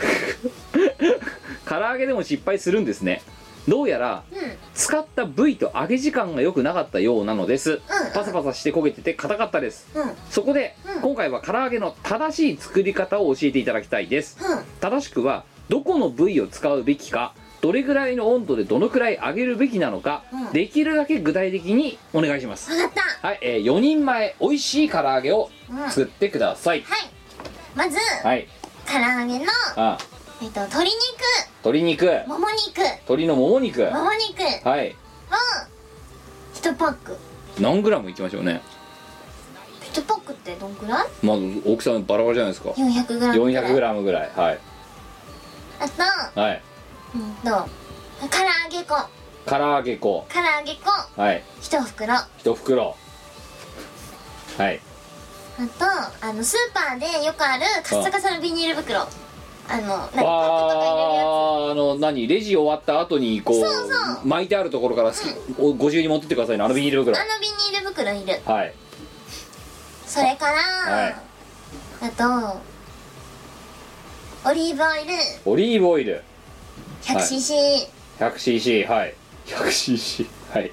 唐揚げでも失敗するんですね。どうやら、うん、使った部位と揚げ時間が良くなかったようなのです、うん、パサパサして焦げてて硬かったです、うん、そこで、うん、今回は唐揚げの正しい作り方を教えていただきたいです、うん、正しくはどこの部位を使うべきか、どれぐらいの温度でどのくらい揚げるべきなのか、うん、できるだけ具体的にお願いします。 分かった。 はい、えー、よにんまえ美味しい唐揚げを作ってください、うん、 はい。まず、はい、唐揚げのあえっと鶏肉鶏肉もも肉鶏のもも肉もも肉はいをいちパック。 何グラムいきましょうね。 いちパックってどんくらい？ まず大きさバラバラじゃないですか。 よんひゃくグラムぐらい。 よんひゃくグラムぐらい。はい。 あとはいうんと唐揚げ粉唐揚げ粉唐揚げ粉はいいち袋いち袋はい。 あとあのスーパーでよくあるカッサカサのビニール袋、あの何パックとか入れるやつ。 ああの何レジ終わった後にこうそうそう巻いてあるところから好き、うん、ご自由に持ってってくださいね、あのビニール袋。 あのビニール袋いる。 はい。 それから、はい、あとオリーブオイルオリーブオイルひゃくシーシー、はい、 ひゃくシーシー はい ひゃくシーシー はい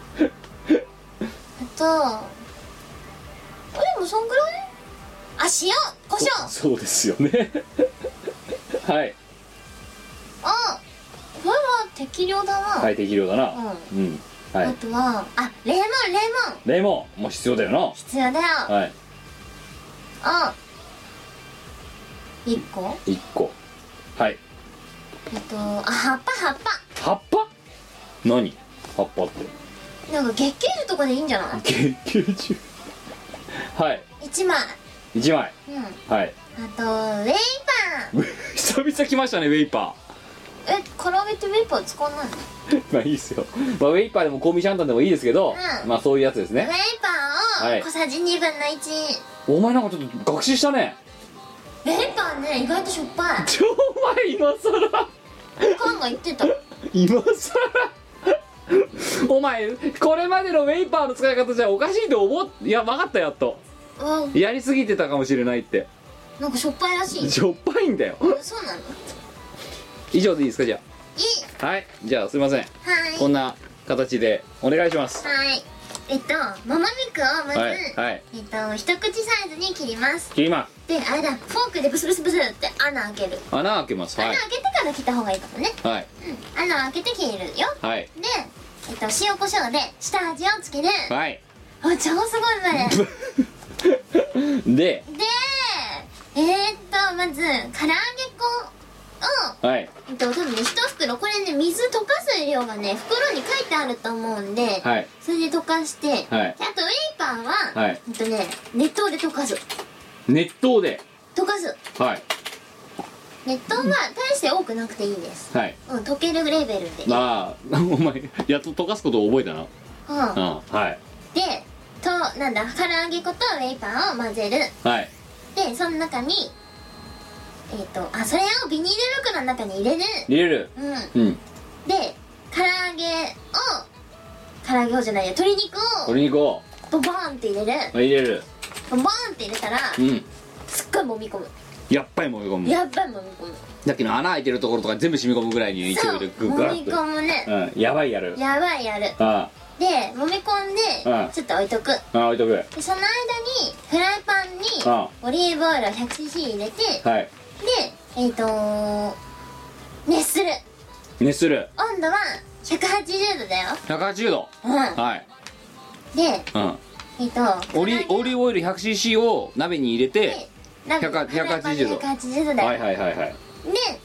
あとあでもそんぐらい。あ塩胡椒そ, そうですよねはいあこれは適量だな。 はい適量だな。うん、うん、はい。 あとはあレモンレモンレモンもう必要だよな。 必要だよ。 はいあいっこいっこはい。 えっとあ葉っぱ葉っぱ葉っぱ何葉っぱってなんか月桂樹とかでいいんじゃない。 月桂樹はいいちまいいちまい、 うん、 はい。 あとウェイパー久々来ましたねウェイパー。え唐揚げってウェイパー使わないのまあいいですよ、まあ、ウェイパーでも香味シャンタンでもいいですけど、うん、まあそういうやつですね。 ウェイパーを小さじにぶんのいち、 はい、お前なんかちょっと学習したね。 ウェイパーね意外としょっぱい。 ちょお前今さらカンが言ってた今さらお前これまでのウェイパーの使い方じゃおかしいと思っいや分かったやっとやりすぎてたかもしれないって。 なんかしょっぱいらしい。 しょっぱいんだよ。 そうなの。 以上でいいですか。じゃあいい。 はいじゃあすいません、はい、こんな形でお願いします。 はいえっともも肉をまず、はいはい、えっと一口サイズに切ります。 切ります。 であれだフォークでブスブスブスって穴開ける。 穴開けます、はい、 穴開けてから切った方がいいかもね。はい、うん、穴開けて切るよ。はいでえっと塩コショウで下味をつける。はいあ超すごいねででえー、っとまず唐揚げ粉をはいえっと多分ね一袋これね水溶かす量がね袋に書いてあると思うんで、はい、それで溶かして、はい、あとウェイパーは、はい、えっとね熱湯で溶かす。 熱湯で溶かす。はい熱湯は大して多くなくていいです。はい、うん、溶けるレベルで。まあお前やっと溶かすことを覚えたな。うん、うん、はいでとなんだ唐揚げ粉とウェイパーを混ぜる。はいでその中にえっ、ー、とあそれをビニール袋の中に入れる入れるうん、うん、 で唐揚げを唐揚げをじゃないや鶏肉を鶏肉をボボーンって入れる入れるボボーンって入れたら、うん、すっごい揉み込む。 やっぱり揉み込む。 やっぱり揉み込む。 さっきの穴開いてるところとか全部染み込むぐらいに勢いでグッグラッと揉み込むね、うん、やばいやるやばいやるああで揉み込んでちょっと置いとく。あ置いとく。 でその間にフライパンにオリーブオイルを ひゃくシーシー 入れて、はい、でえっ、ー、と熱する。 熱する。 温度はひゃくはちじゅうどだよ。 ひゃくはちじゅうど。うんはいで、うん、えっ、ー、とオリオリーブオイル ひゃくシーシー を鍋に入れてひゃくはちじゅうど。 ひゃくはちじゅうどだよ。 はいはいはいはい。で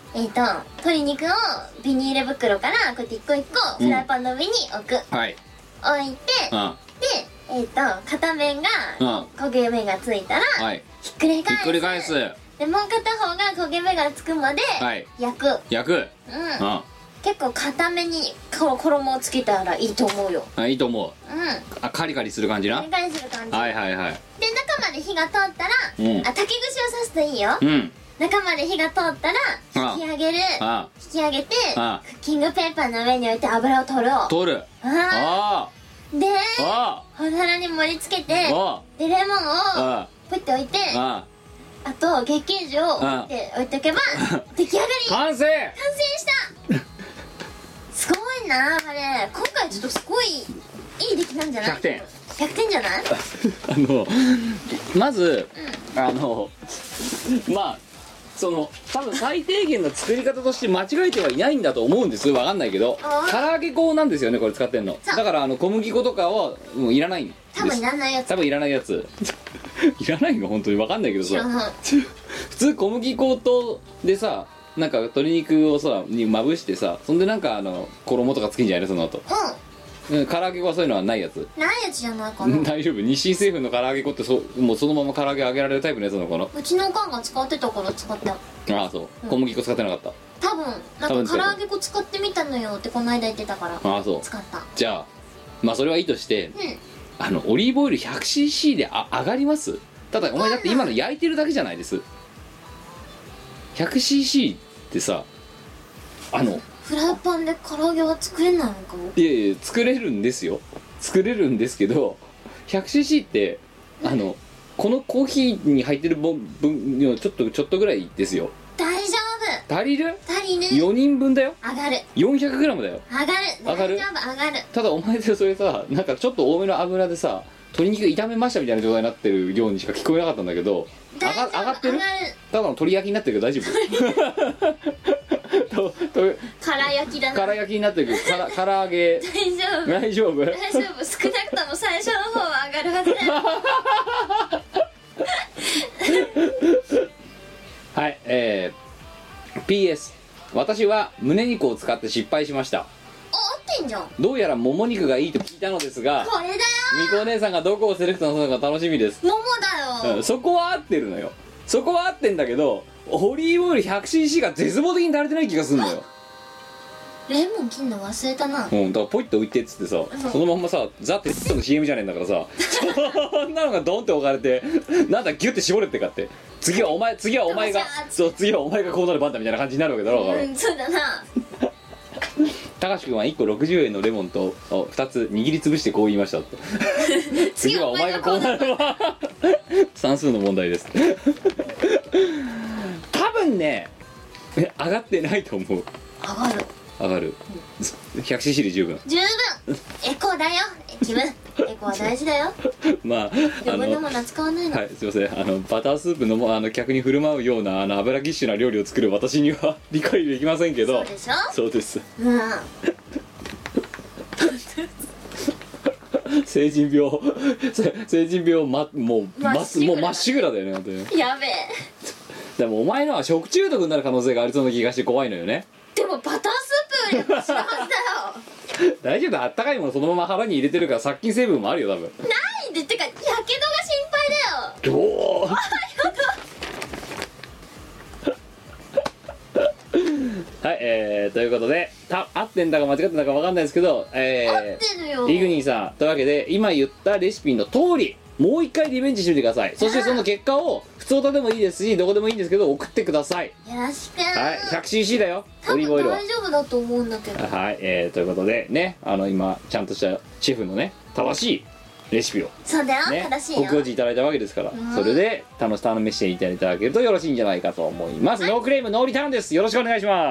えっ、ー、と鶏肉をビニール袋からこうやって一個一個フライパンの上に置く、 うん、はい置いて、でえっ、ー、と片面が焦げ目がついたら、はい、ひっくり返すひっくり返すでもう片方が焦げ目がつくまで焼く、はい、 焼く、 うん、うん結構固めに衣をつけたらいいと思うよ。 あ、いいと思う。 うん。 あ、カリカリする感じな。 カリカリする感じ。 はいはいはい。 で中まで火が通ったら、うん、あ竹串を刺すといいよ。 うん。 中まで火が通ったら引き上げる。ああ引き上げてああクッキングペーパーの上に置いて油を取る。 取る。ああ。で、 ああお皿に盛り付けて、ああでレモンをポイって置いて、あああと月桂樹をポイって置いておけば出来上がり。 完成。完成した。すごいなあれ。今回ちょっとすごいいい出来なんじゃない？ひゃくてんひゃくてんじゃない？ あのまず、うん、あのまあその多分最低限の作り方として間違えてはいないんだと思うんです。わかんないけど唐揚げ粉なんですよねこれ使ってんの。だからあの小麦粉とかはもういらないんです。 多分いらないやつ。 多分いらないやついらないの本当にわかんないけどさ普通小麦粉とでさなんか鶏肉をさにまぶしてさそんでなんかあの衣とかつけんじゃないのその後。うん唐揚げ粉はそういうのはないやつ。 ないやつじゃないかな。 大丈夫。日清製粉の唐揚げ粉ってそもうそのまま唐揚げ揚げられるタイプのやつなのかな。 うちのおかんが使ってたから使った。 ああそう、うん、小麦粉使ってなかった。 多分なんか唐揚げ粉使ってみたのよってこの間言ってたから。ああそう使った。 じゃあまあそれはいいとして、うん、あのオリーブオイル ひゃくシーシー であ上がります？ただお前だって今の焼いてるだけじゃないです。 ひゃくシーシー ってさあのフライパンで唐揚げは作れないのかも。 いやいや作れるんですよ作れるんですけど ひゃくシーシー ってあのこのコーヒーに入ってる分ちょっとちょっとぐらいですよ。 大丈夫。 足りる？ 足りる。 よにんぶんだよ。 上がる。 よんよんひゃくグラム だよ。 上がる。 上がる。 大丈夫上がる。 ただお前でそれさなんかちょっと多めの油でさ鶏肉炒めましたみたいな状態になってるようにしか聞こえなかったんだけど上が上がってる？ただの鶏焼きになってるけど大丈夫？とと唐焼きだな。 唐焼きになってるけど唐揚げ大丈夫大丈夫大丈夫。少なくとも最初の方は上がるはずだよはい、えー、ピーエス 私は胸肉を使って失敗しました。 あ、合ってんじゃん。 どうやらもも肉がいいと聞いたのですがこれだよみこお姉さんがどこをセレクトなのか楽しみです。 ももだよ、 うん、そこは合ってるのよ。そこは合ってんだけどオリーブオイル ひゃくシーシー が絶望的に足りてない気がするのよ。 レモン切んの忘れたな。 うん、だからポイッと置いてっつってさ、そのまんまさザ・テストの シーエム じゃねえんだからさそんなのがドンって置かれてなんだギュッて絞れってかって次はお前次はお前がそう次はお前がこうなる番だみたいな感じになるわけだろうから。 うんそうだな高橋君はいっころくじゅうえんのレモンとふたつ握りつぶしてこう言いましたって次はお前がこうなるわ算数の問題です多分ね上がってないと思う。 上がる上がる、うん、ひゃくシーシー で十分十分エコーだよ気分エコーは大事だよまあ余分なものは使わないの。 はいすいませんあのバタースープのあの客に振る舞うようなあの油ぎっしゅな料理を作る私には理解できませんけど。 そうでしょ。 そうですうん成人病成人病、ま、もうまもうまっしぐらだよね本当に。 やべえでもお前のは食中毒になる可能性がありそうな気がして怖いのよね。 でもバタースープよりマシなはずだよ大丈夫だ。あったかいものそのまま腹に入れてるから殺菌成分もあるよ多分。 ないでってかやけどが心配だよ。 おおはい、えー、ということでた合ってんだか間違ってんだか分かんないですけど、えー、 合ってるよイグニーさんというわけで今言ったレシピの通りもう一回リベンジしてみてください。そしてその結果を普通歌でもいいですしどこでもいいんですけど送ってください。 よろしく。 はい ひゃくシーシー だよ多分オリーブオイルは大丈夫だと思うんだけど。 はい、えー、ということでねあの今ちゃんとしたシェフのね正しいレシピをそうだよ、 ね、 正しいよご教示いただいたわけですから、うん、それで楽し頼みしていただけるとよろしいんじゃないかと思います、はい、ノークレームノーリターンです。よろしくお願いします。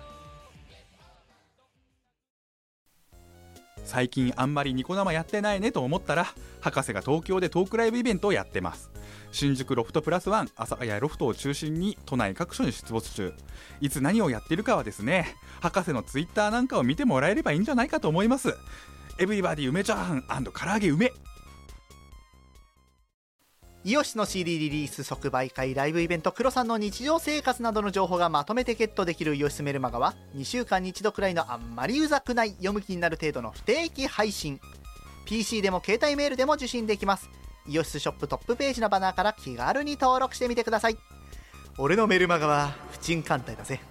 最近あんまりニコ生やってないねと思ったら博士が東京でトークライブイベントをやってます。新宿ロフトプラスワン朝谷ロフトを中心に都内各所に出没中。いつ何をやってるかはですね博士のツイッターなんかを見てもらえればいいんじゃないかと思います。エブリバディ梅チャーハン&唐揚げ梅。 イオシスの シーディー リリース、即売会、ライブイベント、黒さんの日常生活などの情報がまとめてゲットできるイオシスメルマガはにしゅうかんに一度くらいのあんまりうざくない読む気になる程度の不定期配信。 ピーシー でも携帯メールでも受信できます。イオシスショップトップページのバナーから気軽に登録してみてください。俺のメルマガは不沈艦隊だぜ。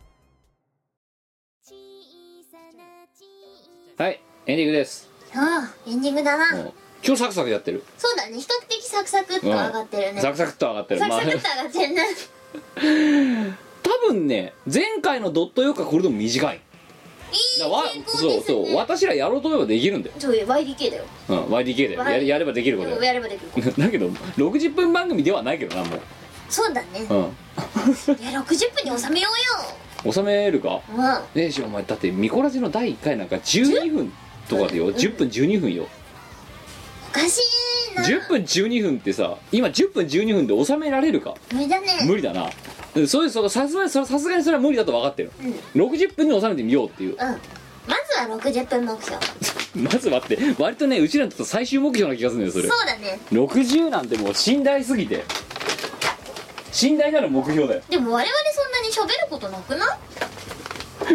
はい、エンディングです。 ああエンディングだな。 うん今日サクサクやってる。 そうだね、比較的サクサクっと上がってるね。 サクサクっと上がってる。 サクサクっと上がってるね。 多分ね、前回のドットよっかこれでも短い。 いいだわ傾向ですそうね。 そう、私らやろうと思えばできるんだよ。 そういう ワイディーケー だよ。 うん、ワイディーケー だよ。やれやればできることだよ。 やればできる。 だけどろくじゅっぷん番組ではないけどな、もう。 そうだね。 うん。 いやろくじゅっぷんに収めようよ。 収めるか。 うん。 ねえしお前だってミコラジのだいいっかいなんかじゅうにふんとかでよ。じゅっぷんじゅうにふんよ。 おかしいな。 じゅっぷんじゅうにふんってさ、今じゅっぷんじゅうにふんで収められるか。 無理だね。 無理だな。そういうそのさすがにそれさすがにそれは無理だと分かってる。 うん。 ろくじゅっぷんに収めてみようっていう。 うん。まずはろくじゅっぷん目標。 まずはって割とねうちらにとって最終目標な気がするんだよそれ。 そうだね。 ろくじゅうなんてもう寝台すぎて寝台なる目標だよ。 でも我々そんなに喋ることなくない？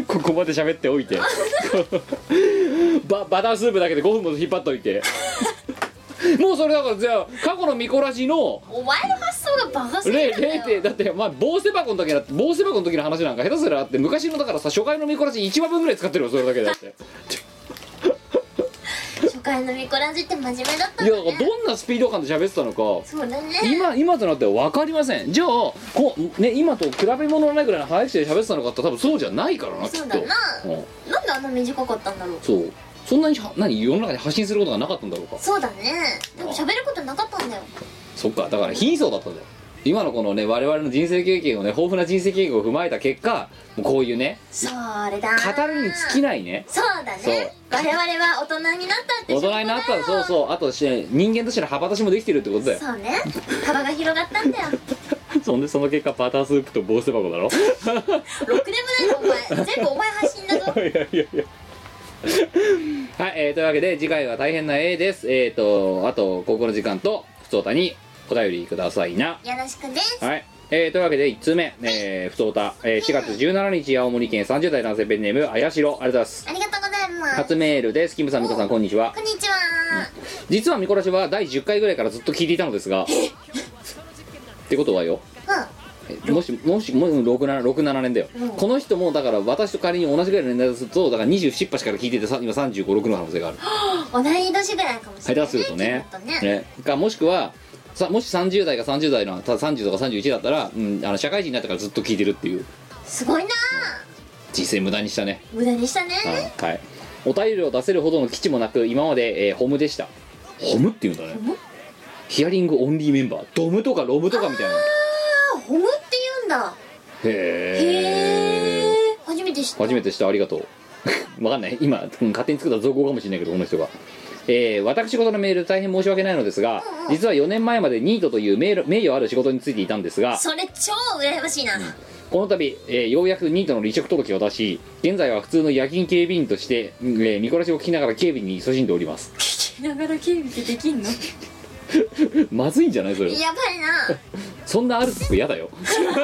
ここまで喋っておいてバ, バタースープだけでごふんも引っ張っといてもうそれだからじゃあ過去のミコラジのお前の発想がバカすぎれるんだよ。 れいてんだってまあ棒セバコの時だって棒セバコの時の話なんか下手すらあって昔のだからさ初回のミコラジいちわぶんぐらい使ってるよそれだけだって初回のミコラジって真面目だったんいやだね。 だからどんなスピード感で喋ってたのかそうだね。 今今となっては分かりません。じゃあこう、ね、今と比べ物のないぐらいの早口で喋ってたのかって多分そうじゃないからなきっと。 そうだな、 うん、 なんであんな短かったんだろう。 そうそんなには何世の中に発信することがなかったんだろうか。 そうだね。でも喋ることなかったんだよ。 そっかだから貧相だったんだよ。今のこのね我々の人生経験をね豊富な人生経験を踏まえた結果もうこういうねそれだ語るに尽きないね。 そうだね。我々は大人になったって大人になったらそうそうあとし人間としての幅出しもできてるってことだよ。 そうね。幅が広がったんだよ。 そんでその結果パタースープと棒捨て箱だろろくでもないぞお前。全部お前発信だぞ。 いやいやいやはい、えー、というわけで次回は大変な A です。えーとあとここの時間とふつおたにお便りくださいな。 よろしくです。 はい、えー、というわけでいちつうめ、えー、ふつおた、えー、しがつじゅうしちにち青森県さんじゅうだい男性ペンネームあやしろありがとうございます。 ありがとうございます。 初メールです。キムさんみこさんこんにちは。 こんにちは。 実はミコラジはだいじゅっかいぐらいからずっと聞いていたのですがってことはようもしもしもろく、ななねんだよ、 うん、 この人もだから私と仮に同じぐらいの年代だとするとだからにじゅうなな、はちから聞いててさ今さんじゅうご、ろくの可能性がある。 ん。同い年ぐらいかもしれない。 下手するとねきっとね。 ねかもしくはさもしさんじゅうだいがさんじゅうだいのたさんじゅうとかさんじゅういちだったら、うん、あの社会人になってからずっと聞いてるっていうすごいな。 人生無駄にしたね。 無駄にしたね。 はい、はい、お便りを出せるほどの基地もなく今まで、えーホムでした。ホムっていうんだね。ヒアリングオンリーメンバードムとかロムとかみたいな。 ああホムって言うんだ。 へへえ。初めて知った。 初めて知った。ありがとうわかんない今、うん、勝手に作った造語かもしれないけどこの人が、えー、私事のメール大変申し訳ないのですが、うんうん、実はよねんまえまでニートという名名誉ある仕事についていたんですが、 それ超羨ましいな、うん、 この度、えー、ようやくニートの離職届を出し現在は普通の夜勤警備員として、えー、ミコラジを聞きながら警備に勤しんでおります。 聞きながら警備ってできんのまずいんじゃないそれ。 やばいなそんなあると嫌だよ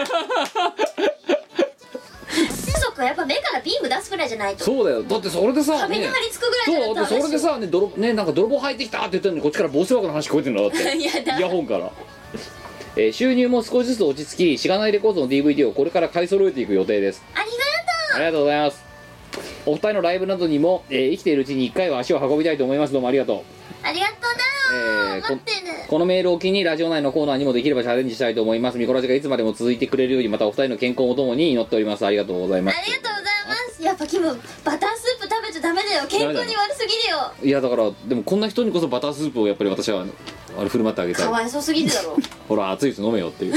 そっかやっぱ目からビーム出すぐらいじゃないと。 そうだよ。だってそれでさ壁に張り付くぐらいじゃないと、 ね、そうそれでさね泥ねなんか泥棒入ってきたって言ってるのにこっちから防水箱の話聞こえてるんだだってやだイヤホンからえー、収入も少しずつ落ち着きしがないレコードの ディーブイディー をこれから買い揃えていく予定です。 ありがとう。 ありがとうございます。お二人のライブなどにも、えー、生きているうちにいっかいは足を運びたいと思います。どうもありがとう。 ありがとうだ、えー、待ってる。 このメールを機にラジオ内のコーナーにもできればチャレンジしたいと思います。ミコラジがいつまでも続いてくれるようにまたお二人の健康をともに祈っております。ありがとうございます。 ありがとうございます。やっぱキムバタースープ食べちゃダメだよ。健康に悪すぎるよ。 いやだからでもこんな人にこそバタースープをやっぱり私はあれ振る舞ってあげたい。 かわいそうすぎるだろほら熱いやつ飲めよっていう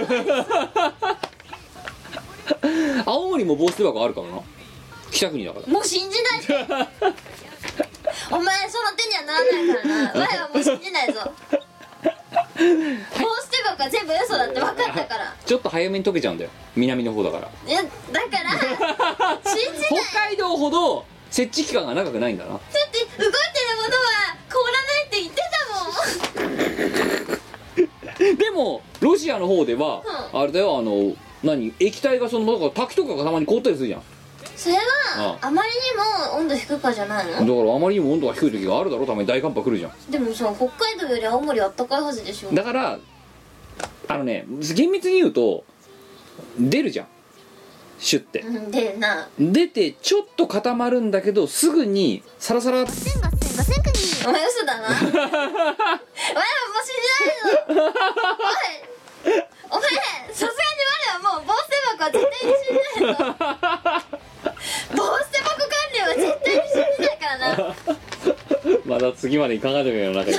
青森も防水箱あるからな。北国だからもう信じないお前その手にはならないからな前はもう信じないぞ防水箱は全部嘘だって分かったからちょっと早めに溶けちゃうんだよ南の方だから。 いやだから信じない北海道ほど設置期間が長くないんだな。 だって動いてるものは凍らないって言ってたもんロシアの方では、うん、あれだよ、あの何液体がそのだから滝とかがたまに凍ったりするじゃん。 それは あ, あまりにも温度低くかじゃないの？だからあまりにも温度が低い時があるだろう。たまに大寒波来るじゃん。 でもさ、北海道より青森あったかいはずでしょ。 だからあのね、厳密に言うと出るじゃん、シュッて、 うん、出るな。 出てちょっと固まるんだけどすぐにサラサラ。 ガセンガセンガセンクニー。 お前嘘だな。お前もう信じられるぞ。おいお前さすがに我はもう防水箱は絶対に信じないぞ。防水箱関連は絶対に信じないからな。 まだ次までに考えてみよう。なんか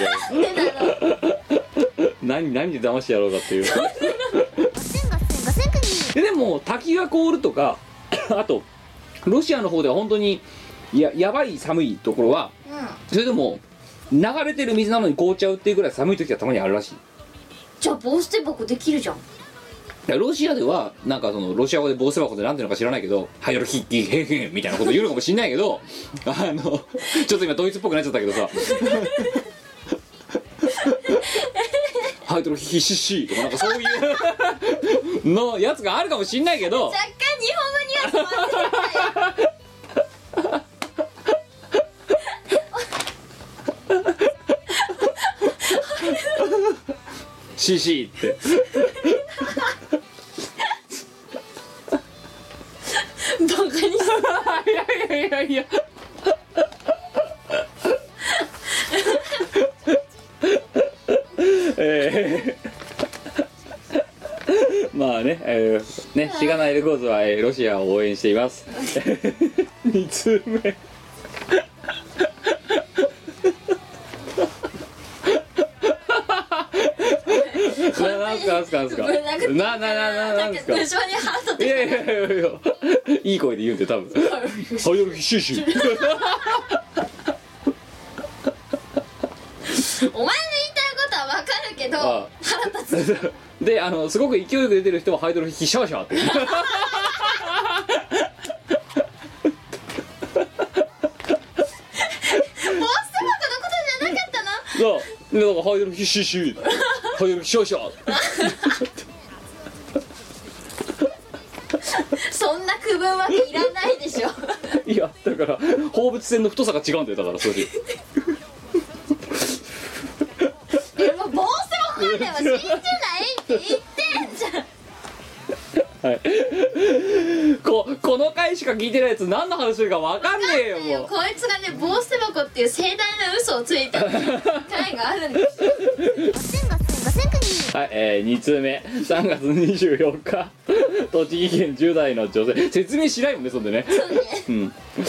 何何で騙してやろうかっていう。 ガセンガセンガセンクニー。 でも滝が凍るとかあとロシアの方では本当に や, やばい寒いところは、うん、それでも流れてる水なのに凍っちゃうっていうぐらい寒い時がたまにあるらしい。 じゃあ防水箱できるじゃん。 ロシアではなんかそのロシア語で防水箱ってなんていうのか知らないけど、ハイドロヒッキーヘンヘンみたいなこと言うのかもしんないけどあのちょっと今ドイツっぽくなっちゃったけどさハイドロヒッシッシーとかなんかそういうのやつがあるかもしんないけど、 若干日本語には触ってる。 シーシー ってバカにしていやいやいやいやえー、まあね、えー、ね、しがないレコーズは、えー、ロシアを応援していますに通目なんすかなんすかなんすかなななななんすか。 無性にハートって。 いやいやいやいやいい声で言うんで多分。ハイドロシュシュ。 お前の言いたいことはわかるけど腹立つ。 で、あのすごく勢いよく出てる人はハイドロヒシャーシャーって。防水箱のことじゃなかったの？ そう。でだからハイドロヒシシュ。ハイドロヒシャーシャー。 そんな区分分けいらないでしょ。 いやだから放物線の太さが違うんだよ。だからそういうでも防水箱関連は信じないって言ってんじゃん。 はい、こ, この回しか聞いてないやつ何の話するか分かんねえよ。もうこいつがね防水箱っていう盛大な嘘をついてる回があるんですよ。 はい、えー、に通目さんがつにじゅうよっか栃木県じゅう代の女性。説明しないもんねそんでね。 そうね、 うん、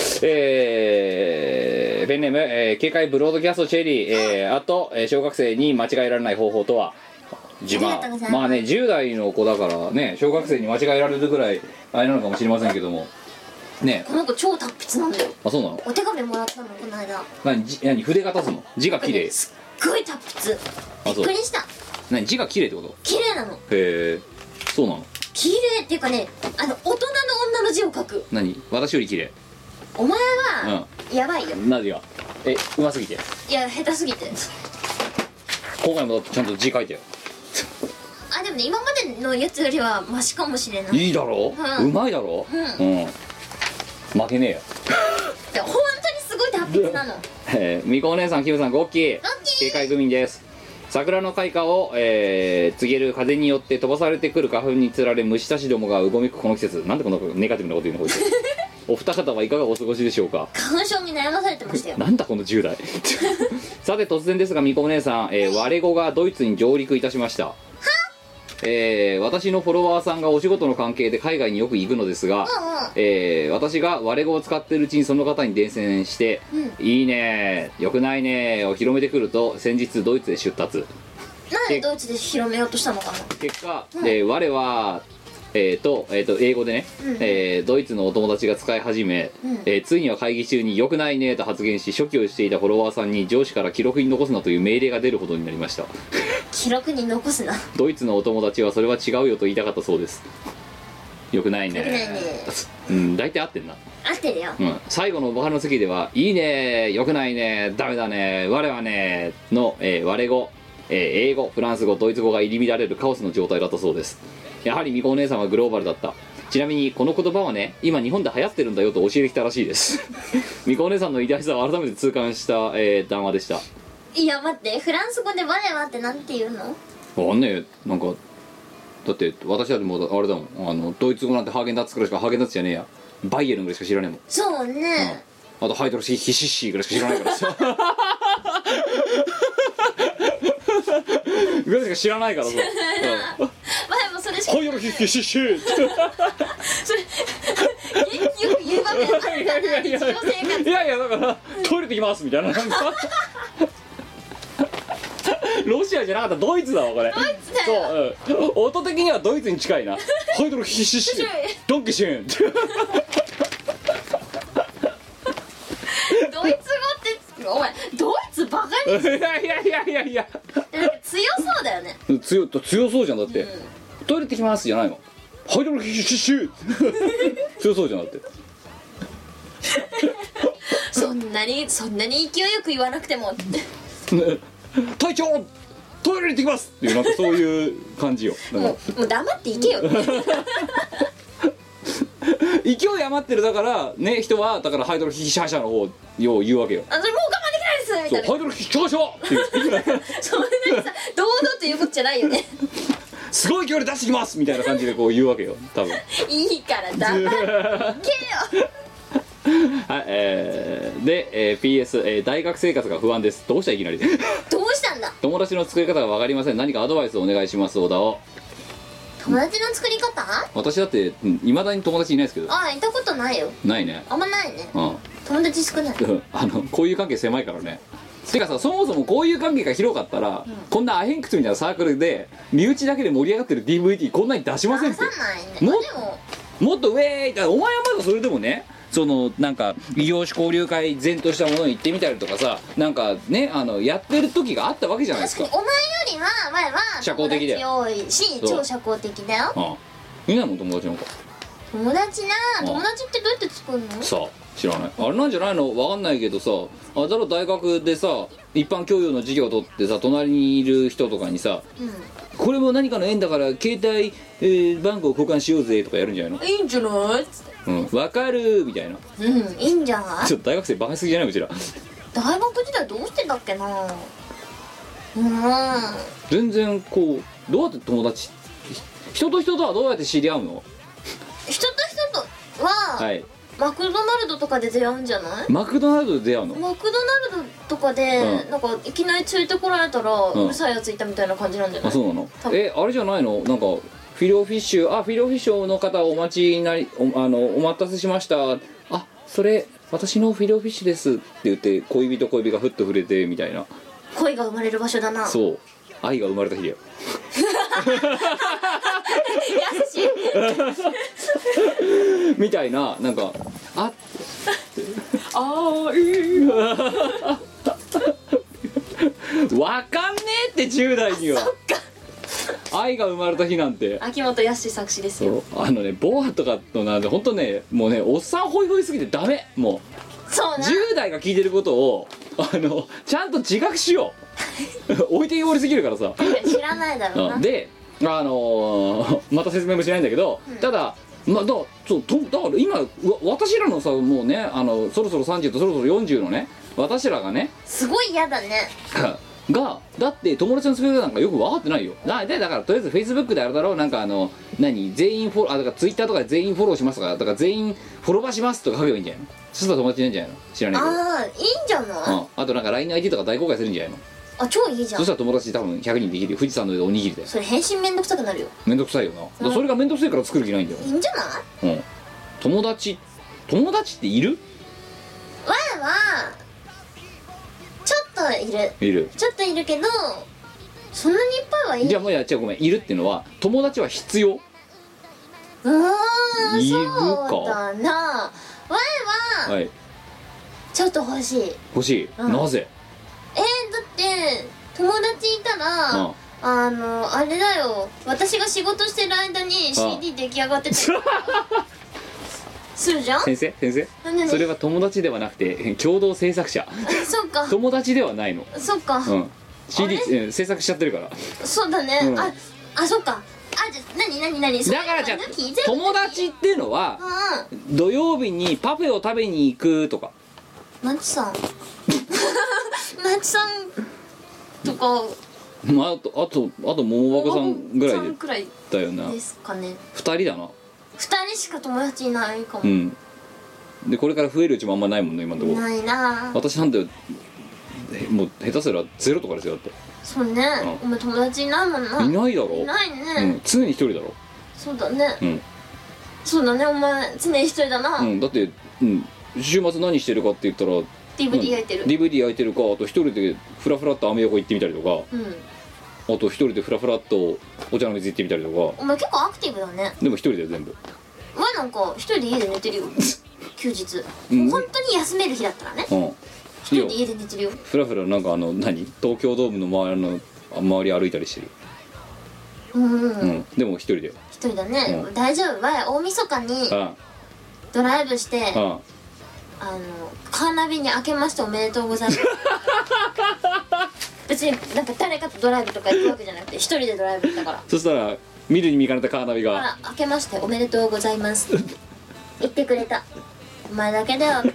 えー、ペンネーム、えー、警戒ブロードキャストチェリー、えー、あと、えー、小学生に間違えられない方法とは。自慢まあねじゅう代の子だからね、小学生に間違えられるぐらいあれなのかもしれませんけどもね。 この子超達筆なんだよ。 あ、そうなの？ お手紙もらったのこの間。 何何筆が立つの？字が綺麗。 すっごい達筆。びっくりした。 何字が綺麗ってこと？ 綺麗なの。 へえ、そうなの？ 綺麗っていうかね、あの大人の女の字を書く。 何？私より綺麗。 お前は、うん、やばいよ。 何が？え、うますぎて？ いや下手すぎて。 今回もだってちゃんと字書いてよ。 あ、でもね今までのやつよりはマシかもしれない。 いいだろう、うん、うまいだろう、うん、うん、負けねえよ。 で本当にすごい達筆なの。 えー、みこお姉さん、キムさん、ゴッキー警戒組です。桜の開花を、えー、告げる風によって飛ばされてくる花粉につられ虫たちどもがうごめくこの季節。なんでこのネガティブなこと言うのこいつお二方はいかがお過ごしでしょうか。 花粉症に悩まされてましたよなんだこのじゅう代さて突然ですがみこお姉さん、えー、我語がドイツに上陸いたしました。えー、私のフォロワーさんがお仕事の関係で海外によく行くのですが、うんうん、えー、私が我語を使っているうちにその方に伝染して、うん、いいねよくないねを広めてくると先日ドイツで出達。 なんでドイツで広めようとしたのかな。 結果、うん、えー、我はえーとえー、と英語でね、うん、えー、ドイツのお友達が使い始め、うん、えー、ついには会議中に良くないねと発言し初期をしていたフォロワーさんに上司から記録に残すなという命令が出るほどになりました記録に残すな。 ドイツのお友達はそれは違うよと言いたかったそうです。良くないね。良くないね。うん、大体合ってんな。 合ってるよ、 うん、最後のお別れの席ではいいね良くないねダメだね我はねの、えー、我語えー英語、フランス語、ドイツ語が入り乱れるカオスの状態だったそうです。やはりみこお姉さんはグローバルだった。ちなみにこの言葉はね、今日本で流行ってるんだよと教えてきたらしいですみこお姉さんの偉大さを改めて痛感した、えー談話でした。 いや待って、フランス語でバレはってなんて言うの？ わかんねえ、なんかだって私はもうあれだもん、あのドイツ語なんてハーゲンダッツくらいしか、ハーゲンダッツじゃねえや、バイエルンぐらいしか知らねえもん。 そうね、 うん、あとハイドロシヒシッシーぐらいしか知らないからさぐらいしか知らないからさ、うん、 まあでもそれしかハイドロシヒシッシーそれ元気よく言う場面あるかな、日常生活。 いやいやだからトイレ行きますみたいななんかロシアじゃなかった、ドイツだわこれ。 ドイツだよ。 そう、うん、音的にはドイツに近いな。ハイドロヒシッシードンキシュンドイツ語ってお前ドイツバカにいやいやいやいやいや強そうだよね。 強強そうじゃんだって、 うん、 トイレ行ってきますじゃないの、ハイドロヒシッシー強そうじゃんだってそんなにそんなに勢いよく言わなくても隊長トイレに行ってきますっていう、なんかそういう感じよ。なんかもうもう黙っていけよ勢い余ってるだからね、人はだからハイドロヒシャーシャーの方を言うわけよ。 あ、それもう我慢できないですみたいな。 そうハイドロヒシャーシャーっていうそんなにさ堂々と言うことじゃないよねすごい距離出してきますみたいな感じでこう言うわけよ多分いいから黙っていけよはい、えー、で、えー、ピーエス、えー、大学生活が不安です。どうしたいきなりどうしたんだ。 友達の作り方が分かりません。何かアドバイスをお願いします。小田を。 友達の作り方？ 私だっていまだに友達いないですけど。 ああ、いたことないよ。 ないね。 あんまないね。 うん友達少ないあのこういう関係狭いからね。てかさ、そもそもこういう関係が広かったら、うん、こんなアヘンクスみたいなサークルで身内だけで盛り上がってる ディーブイディー こんなに出しませんって。 出さないね。 も, でももっとウェーイって、お前はまだそれでもね、そのなんか異業種交流会前としたものに行ってみたりとかさ、なんかね、あのやってる時があったわけじゃないですか。 確かにお前よりは前は社交的だよ。 友達多いし超社交的だよ。 ああ、いないもん友達なんか。 友達な、友達ってどうやって作るの？ さあ知らない。あれなんじゃないの、わかんないけどさ、あれだろ、大学でさ一般教養の授業を取ってさ、隣にいる人とかにさ、うん、これも何かの縁だから携帯、えー、番号交換しようぜとかやるんじゃないの？ いいんじゃないっつって、 うん、わかるみたいな。 うん、いいんじゃない。 ちょっと大学生バカすぎじゃない？うちら大学時代どうしてたっけな。うん全然こう、どうやって友達、人と人とはどうやって知り合うの？ 人と人とは、はい、マクドナルドとかで出会うんじゃない？マクドナルドで出会うの？ マクドナルドとかで、うん、なんかいきなり連れてこられたら、うん、うるさいやついたみたいな感じなんじゃない？ あ、そうなの？え、あれじゃないの？なんかフィレオフィッシュ、あ、フィレオフィッシュの方お待ちになり、お、あの、お待たせしました。あ、それ私のフィレオフィッシュですって言って恋人恋人がふっと触れてみたいな。 恋が生まれる場所だな。 そう、愛が生まれた日だよ優しいみたいな、なんかああいわかんねえってじゅう代には。 そっか、 愛が生まれた日なんて秋元康作詞ですよ。 あのね、ボアとかのなんで本当ね、もうね、おっさんホイホイすぎてダメ。もうそうな、 じゅう代が聞いてることをあのちゃんと自覚しよう置いてきぼりすぎるからさ知らないだろうな。 で、あのー、また説明もしないんだけど、うん、ただまあ、だそうとだから今私らのさ、もうね、あのそろそろさんじゅうとそろそろよんじゅうのね、私らがね、 すごい嫌だねが、だって友達の作り方なんかよく分かってないよ。だでだからとりあえずフェイスブックであるだろう、なんかあの何全員フォロー、あ、だからツイッターとかで全員フォローしますとか、だから全員フォロバしますとか書けばいいんじゃないの？そしたら友達なんじゃないの？知らないけど。 ああ、いいんじゃない、 うん、あとなんか ライン の アイディー とか大公開するんじゃないの？ あ、超いいじゃん。 そしたら友達多分ひゃくにんできるよ。富士山の上でおにぎりで。 それ返信めんどくさくなるよ。 めんどくさいよな、うん、それがめんどくさいから作る気ないんだよ。 いいんじゃない？ うん、友達友達っている？ わーはちょっといるいるちょっといるけど、そんなにいっぱいはいい。 じゃあもうやっちゃう、ごめん、いるっていうのは友達は必要？ うーん、 いるか。 そうだな。わーは、はい、ちょっと欲しい。 欲しい、うん、なぜ？ えー、だって友達いたら、うん、あのあれだよ、私が仕事してる間に シーディー 出来上がっててするじゃん。 先生先生、それは友達ではなくて共同制作者そっか、 友達ではないの。 そっか、 うん、 シーディー、うん、制作しちゃってるから。 そうだね、うん、ああそっか。あ、じゃあ何何何だからじゃあ友達っていうのは、うん、土曜日にパフェを食べに行くとか。 マッチさんマッチさんとか、 まあ、あとあとあと桃箱さんぐらいでくらいだよな。 ですかね。 ふたりだな。 ふたりしか友達いないかも。 うん。でこれから増えるうちもあんまないもんね今のところ。 ないな。 私なんてもう下手すらゼロとかですよだって。 そうね、うん、お前友達いないもんな。 いないだろ。 いないね、 うん、常に一人だろ。 そうだね、 うん、 そうだね、お前常に一人だな。 うん、だって、うん、週末何してるかって言ったらディーブイディー 焼いてる、 うん、ディーブイディー 焼いてるか、あと一人でフラフラっとアメ横行ってみたりとか、うん、あと一人でフラフラっとお茶の水行ってみたりとか。 お前結構アクティブだね。 でも一人だよ全部。 お前なんか一人で家で寝てるよ休日、うん、本当に休める日だったらね、うん、一人で家で寝てるよ。 フラフラなんかあの何東京ドームの周りの周り歩いたりしてる。うん、うんうん、でも一人で一人だね、うん、大丈夫。前大晦日にドライブして、あああのカーナビに明けましておめでとうございます別になんか誰かとドライブとか行くわけじゃなくて一人でドライブ行ったから。 そしたら見るに見かねたカーナビが明けましておめでとうございます言ってくれた。お前だけだよ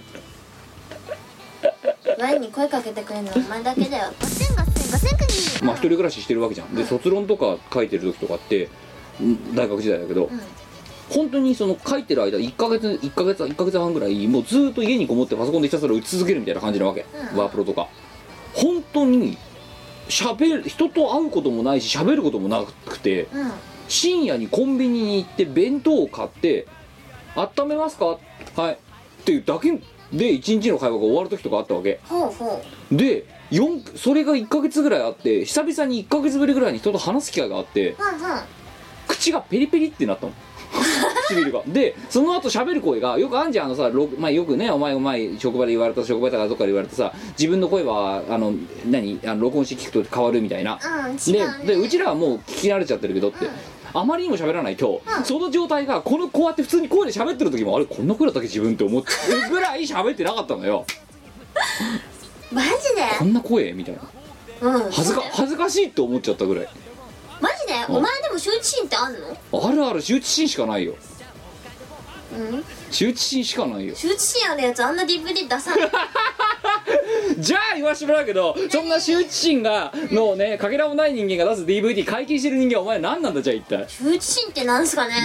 ワイに声かけてくれるのお前だけだよ。ガセンガセンガセンクニー。 まあ一人暮らししてるわけじゃん。で卒論とか書いてる時とかって大学時代だけど、うん、本当にその書いてる間いっかげついっかげついっかげつはんぐらいもうずっと家にこもってパソコンでひたすら打ち続けるみたいな感じなわけ、うん、ワープロとか。本当に喋る人と会うこともないし喋ることもなくて、うん、深夜にコンビニに行って弁当を買って温めますかはいっていうだけでいちにちの会話が終わる時とかあったわけ。 ほうほう。 でよんそれがいっかげつぐらいあって久々にいっかげつぶりぐらいに人と話す機会があって、うんうん、口がペリペリってなったの唇が。でその後喋る声がよくあんじゃんあのさ、まあ、よくねお前お前職場で言われた職場とかどっかで言われてさ自分の声はあの何あの録音して聞くと変わるみたいな、うん、で, でうちらはもう聞き慣れちゃってるけどって、うん、あまりにも喋らないと、うん、その状態がこのこうやって普通に声で喋ってる時もあれこんな声だったっけ自分って思ってるぐらい喋ってなかったのよマジでこんな声みたいな、うん、恥ずか恥ずかしいって思っちゃったぐらい。 マジで、うん、お前でも羞恥心ってあんの？ あるある、羞恥心しかないよ。 うん、 羞恥心しかないよ。 羞恥心あるやつあんな ディーブイディー 出さないじゃあ言わしてもらうけどそんな羞恥心がのねかけらもない人間が出す ディーブイディー 解禁してる人間はお前何なんだじゃあ一体。 羞恥心ってなんすかね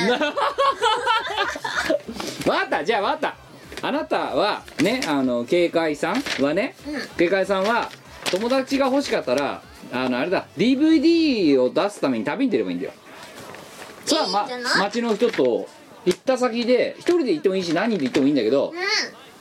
分かった、じゃあ分かった。あなたはねあの警戒さんはね、うん、警戒さんは友達が欲しかったらあのあれだ ディーブイディー を出すために旅に出ればいいんだよ。それは、ま、町の人と行った先で一人で行ってもいいし何人で行ってもいいんだけど、うん、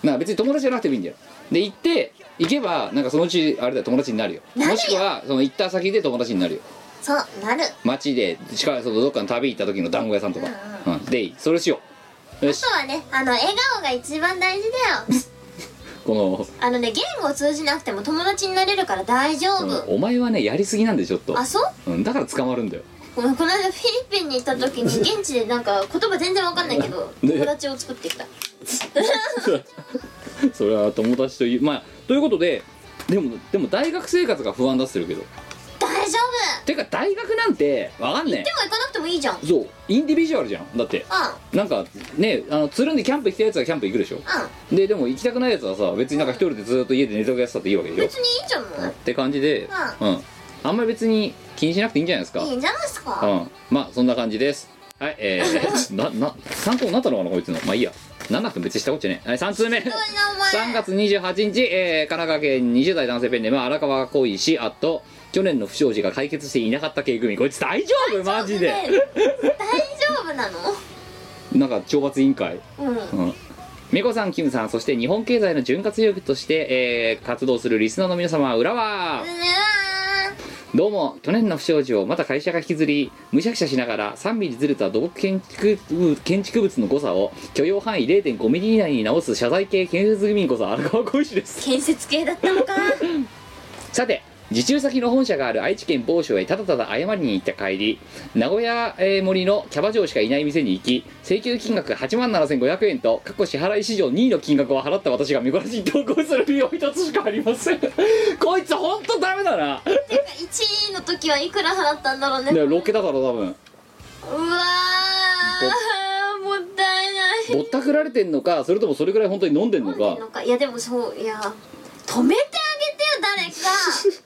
なんか別に友達じゃなくてもいいんだよ。で行って行けばなんかそのうちあれだよ友達になるよ。 なるよ。 もしくはその行った先で友達になるよ。 そうなる。 町でしかもそのどっかの旅行った時の団子屋さんとか、うんうんうん、でいいそれしよう。よし。 あとはねあの笑顔が一番大事だよこのあのね言語を通じなくても友達になれるから大丈夫、 うん、お前はねやりすぎなんでちょっと。 あそう、 うん、だから捕まるんだよ。 この間フィリピンに行った時に現地でなんか言葉全然わかんないけど友達を作ってきたそれは友達というまあということででもでも大学生活が不安だってるけど大丈夫。 てか大学なんてわかんねえ。 行っても行かなくてもいいじゃん。 そうインディビジュアルじゃんだって、うん、なんかねあのつるんでキャンプ行きたいやつはキャンプ行くでしょ、うん、ででも行きたくないやつはさ別になんか一人でずっと家で寝とけやつだっていいわけでしょ。 別にいいんじゃん、 うん、って感じで、うん、うん、あんまり別に気にしなくていいんじゃないですか。 いいんじゃないですか。 うん、まあそんな感じです。はい、えー、なな参考になったのかなこいつの。まあいいやなんなくても別にしたこっちゃね。はい、さん通目さんがつにじゅうはちにち、えー、神奈川県にじゅう代男性ペンネーム荒川浩石あと去年の不祥事が解決していなかった系組。こいつ大丈夫マジで大丈夫なの。 なんか懲罰委員会。 うん、 うん、メコさんキムさんそして日本経済の潤滑力として、えー、活動するリスナーの皆様裏はどうも去年の不祥事をまた会社が引きずりむしゃくしゃしながらさんミリずれた土木建築建築物の誤差を許容範囲 れいてんごミリ以内に直す謝罪系建設組員こそ荒川浩一です。 建設系だったのかさて受注先の本社がある愛知県某所へただただ謝りに行った帰り、名古屋、えー森のキャバ嬢しかいない店に行き、請求金額はちまんななせんごひゃくえんと過去支払い史上にいの金額を払った私が見殺しに投稿する理由は一つしかありませんこいつほんとダメだな。 てかいちいの時はいくら払ったんだろうね。 でろっけただろ多分。 うわーもったいない。 ぼったくられてんのか、それともそれぐらい本当に飲んでんの飲んでんか。 のか。いやでもそういや止めてあげてよ誰か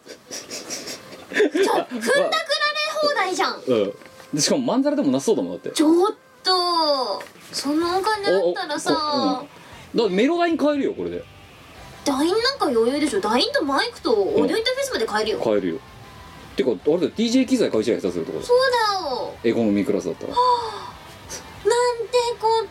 ちょ踏んだくられ放題じゃん。 うんでしかもまんざらでもなさそうだもんだって。 ちょっとそのお金あったらさ、 うん、だからメロダイン買えるよこれで。 ダインなんか余裕でしょ。ダインとマイクとオーディオインターフェースまで買えるよ、うん、 買えるよ。てかあれだよ ディージェー 機材買い違い下手するところ。 そうだよ。 エコノミークラスだったら、はあ、なんてこった。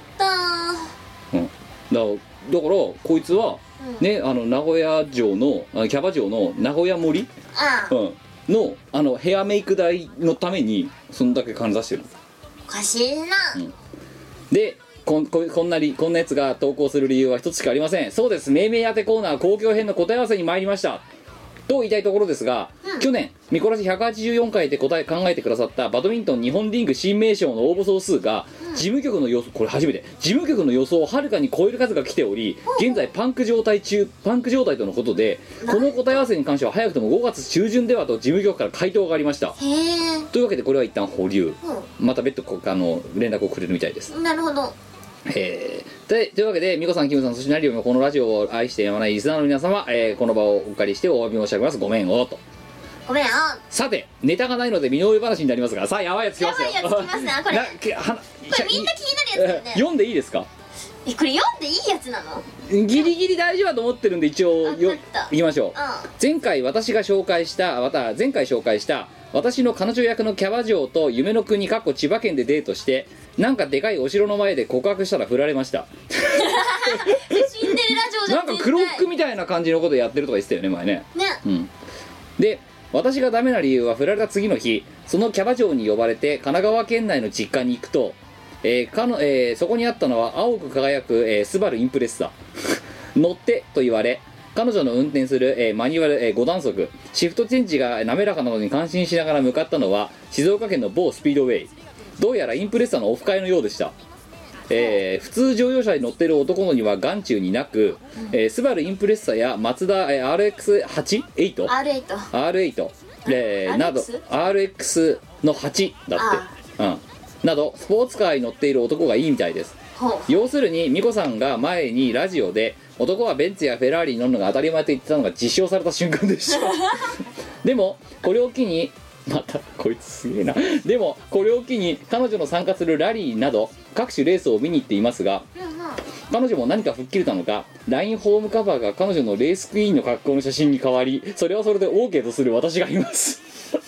うんだからだからこいつは、うん、ねあの名古屋城のあキャバ嬢の名古屋森、 ああ、 うんのあのヘアメイク代のためにそんだけ金出してる。 おかしいな、 うん、でこん、こ, こんなりこんなやつが投稿する理由は一つしかありません。そうです、命名当てコーナー公共編の答え合わせに参りましたと言いたいところですが、うん、去年ミコラジひゃくはちじゅうよんかいで答え考えてくださったバドミントン日本リング新名称の応募総数が、うん、事務局の予想これ初めて事務局の予想をはるかに超える数が来ており、うん、現在パンク状態中パンク状態とのことで、この答え合わせに関しては早くともごがつ中旬ではと事務局から回答がありました。 へというわけでこれは一旦保留、 うん、 また別途あの連絡をくれるみたいです。 なるほど。 えー、でというわけでミコさんキムさんそしてナリオもこのラジオを愛してやまないリスナーの皆様、えー、この場をお借りしてお詫び申し上げます。ごめんをと。 ごめんよ。 さてネタがないので身の上話になりますが、さあやばいやつきますよ。 やばいやつきますねこれなけはこれみんな気になるやつだよね。 読んでいいですか。 えこれ読んでいいやつなの。 ギリギリ大丈夫だと思ってるんで一応よいきましょう、 うん、 前回私が紹介したまた前回紹介した私の彼女役のキャバ嬢と夢の国かっこ千葉県でデートしてなんかでかいお城の前で告白したら振られましたシンデレラ城じゃん。 なんか黒服みたいな感じのことやってるとか言ってたよね前ね。 ね、 うん、で私がダメな理由は振られた次の日そのキャバ嬢に呼ばれて神奈川県内の実家に行くと、えーかのえー、そこにあったのは青く輝く、えー、スバルインプレッサ乗ってと言われ彼女の運転する、えー、マニュアル、えー、ごだんそくシフトチェンジが滑らかなのに感心しながら向かったのは静岡県の某スピードウェイ。どうやらインプレッサのオフ会のようでした。えー、普通乗用車に乗っている男のには眼中になく、えー、スバルインプレッサやマツダ、えー、アールエックスはち? エイト? アールエイトアールエイト、えー、など アールエックス のはちだって、うん、などスポーツカーに乗っている男がいいみたいです。要するにミコさんが前にラジオで男はベンツやフェラーリに乗るのが当たり前と言ってたのが実証された瞬間でしたでもこれを機にまたこいつすげえなでもこれを機に彼女の参加するラリーなど各種レースを見に行っていますが、彼女も何か吹っ切れたのか ライン ホームカバーが彼女のレースクイーンの格好の写真に変わり、それはそれで OK とする私がいます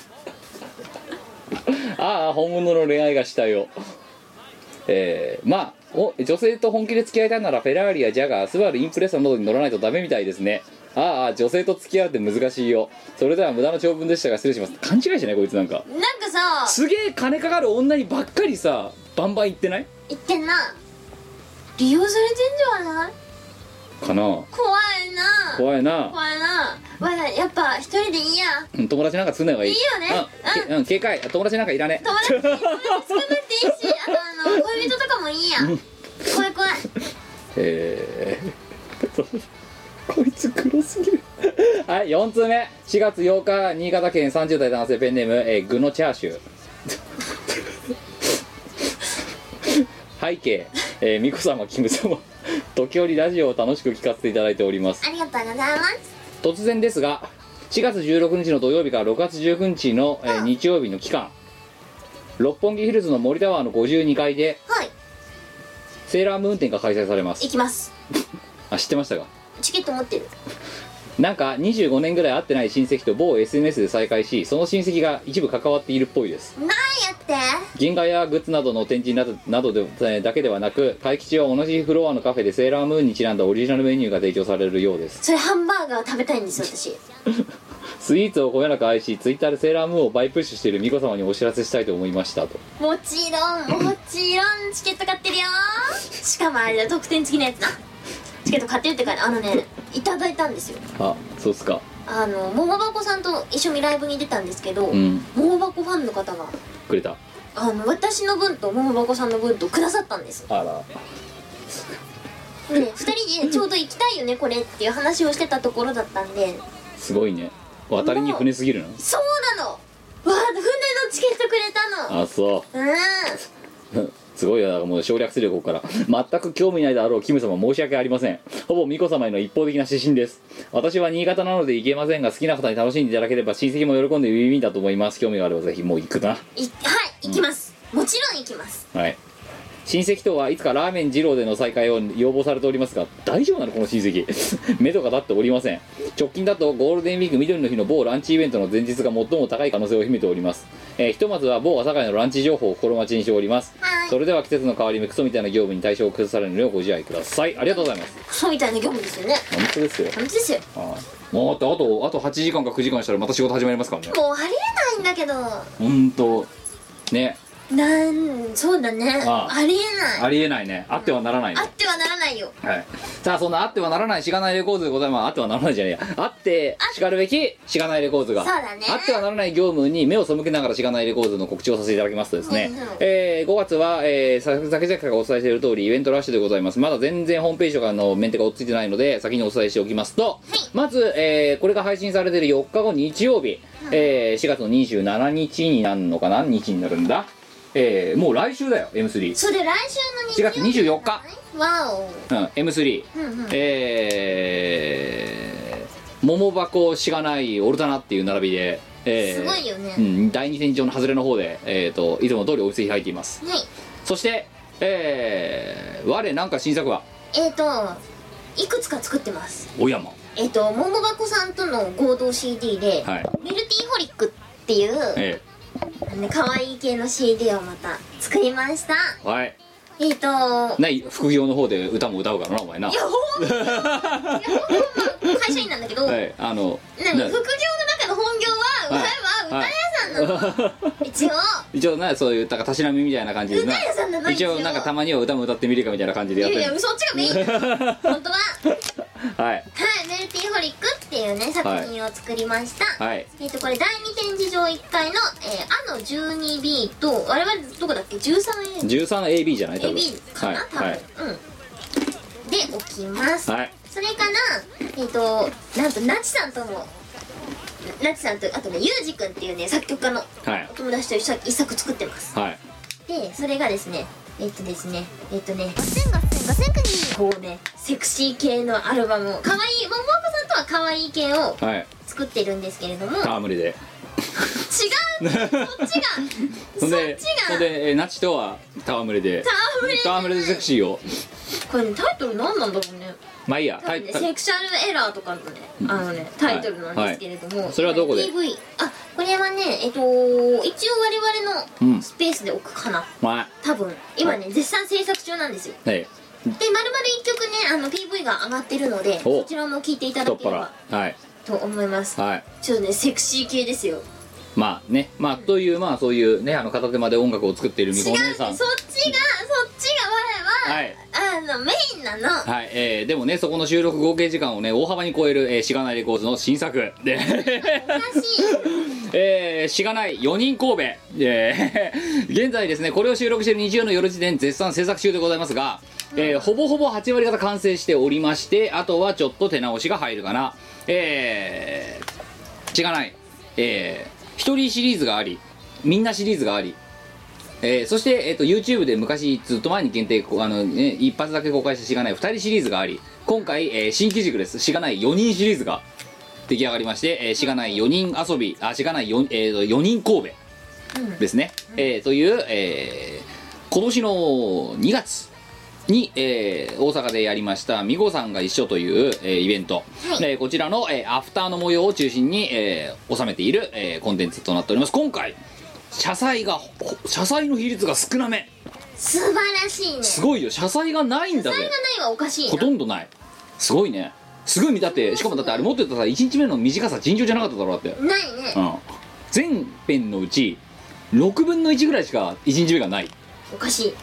ああ本物の恋愛がしたよ。えー、まあお女性と本気で付き合いたいならフェラーリやジャガー、スバルインプレッサなどに乗らないとダメみたいですね。ああ女性と付き合うって難しいよ。それでは無駄な長文でしたが失礼します。勘違いしてないこいつなんか。 なんかさすげえ金かかる女にばっかりさバンバン言ってない？ 言ってんな。利用されてんじゃないかな。 怖いな怖いな怖いな。まだやっぱ一人でいいや。 友達なんか作んない方がいい。 いいよね。 うん、うん、警戒友達なんかいらねえ。 友達作んなくていいし、あとあの恋人とかもいいや。怖い怖い。 えーこいつ黒すぎるはい、よんつうめしがつようか新潟県さんじゅうだい男性ペンネーム、えー、具のチャーシュー背景、えー、ミコ様キム様時折ラジオを楽しく聞かせていただいております。 ありがとうございます。 突然ですがしがつじゅうろくにちの土曜日からろくがつじゅうくにちの、えー、日曜日の期間、六本木ヒルズの森タワーのごじゅうにかいで、 はい、 セーラームーン展が開催されます。 行きますあ、知ってましたか？ チケット持ってる。 なんかにじゅうごねんぐらい会ってない親戚と某 エスエヌエス で再会し、その親戚が一部関わっているっぽいです。 なんやって原画やグッズなどの展示などなどでだけではなく、会期中は同じフロアのカフェでセーラームーンにちなんだオリジナルメニューが提供されるようです。 それハンバーガー食べたいんですよ私スイーツをこよなく愛し、ツイッターでセーラームーンをバイプッシュしているミコ様にお知らせしたいと思いましたと。 もちろんもちろんチケット買ってるよ。しかもあれだ特典付きのやつな。チケット買ってるってかあのねいただいたんですよ。 あ、そうっすか。 あの桃箱さんと一緒にライブに出たんですけど、うん、桃箱ファンの方がくれた、 あの私の分と桃箱さんの分とくださったんです。 あらね、ふたりでちょうど行きたいよねこれっていう話をしてたところだったんで、 すごいね、渡りに船すぎるの。 そうなの、わあ船のチケットくれたの。 あ、そう、 うんすごいよ。だからもう省略するよここから。全く興味ないであろうキム様、申し訳ありません。ほぼ巫女様への一方的な指針です。私は新潟なので行けませんが、好きな方に楽しんでいただければ親戚も喜んでウィンウィンだと思います。興味があればぜひもう行くな。 いはい行きます、うん、もちろん行きます。 はい。親戚とはいつかラーメン二郎での再会を要望されておりますが、大丈夫なのこの親戚目とか立っておりません。直近だとゴールデンウィーク緑の日の某ランチイベントの前日が最も高い可能性を秘めております。えー、ひとまずは某朝会のランチ情報を心待ちにしております。それでは季節の変わり目クソみたいな業務に対象を崩されるのでご自愛ください。ありがとうございます。 クソみたいな業務ですよね。 本当ですよ、 本当ですよ。 ああ、もうあとあとあとはちじかんかくじかんしたらまた仕事始まりますからね。 もうありえないんだけど、 本当ね、 なんそうだね、あありえない、 ありえないね、あってはならない、ね、 あってはならないよ。 はい。さあそんなあってはならないしがないレコーズでございます。あってはならないじゃねえや、あってしかるべきしがないレコーズが、 そうだね、 あってはならない業務に目を背けながらしがないレコーズの告知をさせていただきますとですね、うんうん、えー、ごがつは、えー、先々からお伝えしている通りイベントラッシュでございます。まだ全然ホームページとかのメンテが追っついてないので先にお伝えしておきますと、はい、まず、えー、これが配信されているよっかご日曜日、うん、えー、しがつのにじゅうしちにちになるのかな、日になるんだ、えー、もう来週だよ エムスリー。 それ来週の日しがつにじゅうよっか、 わお、 うん、エムスリー、うんうん、えー、桃箱しがないオルタナっていう並びで、えー、 すごいよね、 うん、だいに展示場の外れの方で、えー、といつも通りお店開いています、はい、そして、えー、我なんか新作はえっ、ー、といくつか作ってます。 おやま、 えっ、ー、と桃箱さんとの合同 シーディー で、はい、メルティーホリックっていう、えーね、可愛い系の シーディー をまた作りました。はい。えっ、ー、とない副業の方で歌も歌うからなお前な。いやほんといやほんと会社員なんだけど、はい、 あの何副業の中の本業は、はい、歌は歌屋さんなの、はい、一応一応な、そういうだからたしなみみたいな感じでな、 歌屋さんなの一応なんかたまには歌も歌ってみるかみたいな感じでやってる。 いやいやそっちがメイン本当ははい、 はい、メルティーホリックっていうね作品を作りました、はい、えっ、ー、とこれだいに展示場いっかいの、えー、あの じゅうにビー と我々どこだっけ じゅうさんエービーじゅうさんエービー じゃない多分エービー かな、はい、多分、はい、うんで置きます、はい、それからえっ、ー、となんとなちさんともなちさんとあとねゆうじくんっていうね作曲家のお友達と一作作ってます、はい、でそれがですねえっとですねえっとねガセンガセンガセンクニーこうねセクシー系のアルバムをかわいいももこさんとはかわいい系を作ってるんですけれども、 あ、無理で違うそっちがそっちがそれで、えー、ナチとは戯れで戯れでセクシーをこれねタイトル何なんだろうね。 まあいいや、 タイ、ね、セクシャルエラーとかのねあのねタイトルなんですけれども、はいはい、 それはどこでピーブイ あこれはねえっと一応我々のスペースで置くかな、うん、多分今ね、はい、絶賛制作中なんですよ、はい、で丸々いっきょくねあの ピーブイ が上がってるのでそちらも聴いていただければ、はい、と思います、はい、ちょっとねセクシー系ですよ。 まあね、まあというまあそういうねあの片手間で音楽を作っているみこお姉さん、 そっちがそっちが我は、はい、あのメインなの。 はい、えー、でもねそこの収録合計時間をね大幅に超える、えー、しがないレコーズの新作でおかしいえー、しがないよにん神戸、えー、現在ですねこれを収録している日曜の夜時点絶賛制作中でございますが、えー、ほぼほぼはちわり方完成しておりまして、あとはちょっと手直しが入るかな。えー、しがない、えー一人シリーズがあり、みんなシリーズがあり、えー、そして、えー、と YouTube で昔ずっと前に限定あの、ね、一発だけ公開したしがないふたりシリーズがあり、今回、えー、新機軸です。しがないよにんシリーズが出来上がりまして、えー、しがないよにん遊びあしがない よ,、えー、よにん神戸ですね、うんえー、という、えー、今年のにがつに、えー、大阪でやりましたみごさんが一緒という、えー、イベント、はいえー、こちらの、えー、アフターの模様を中心に、えー、収めている、えー、コンテンツとなっております。今回車載が車載の比率が少なめ。 素晴らしいね。 すごいよ、車載がないんだぜ。 車載がないはおかしいな。 ほとんどない。すごいね。すごい。だってしかもだってあれ持ってたさいちにちめの短さ尋常じゃなかっただろうだって。 ないね、 うん、全編のうちろくぶんのいちぐらいしかいちにちめがない。 おかしい、 えー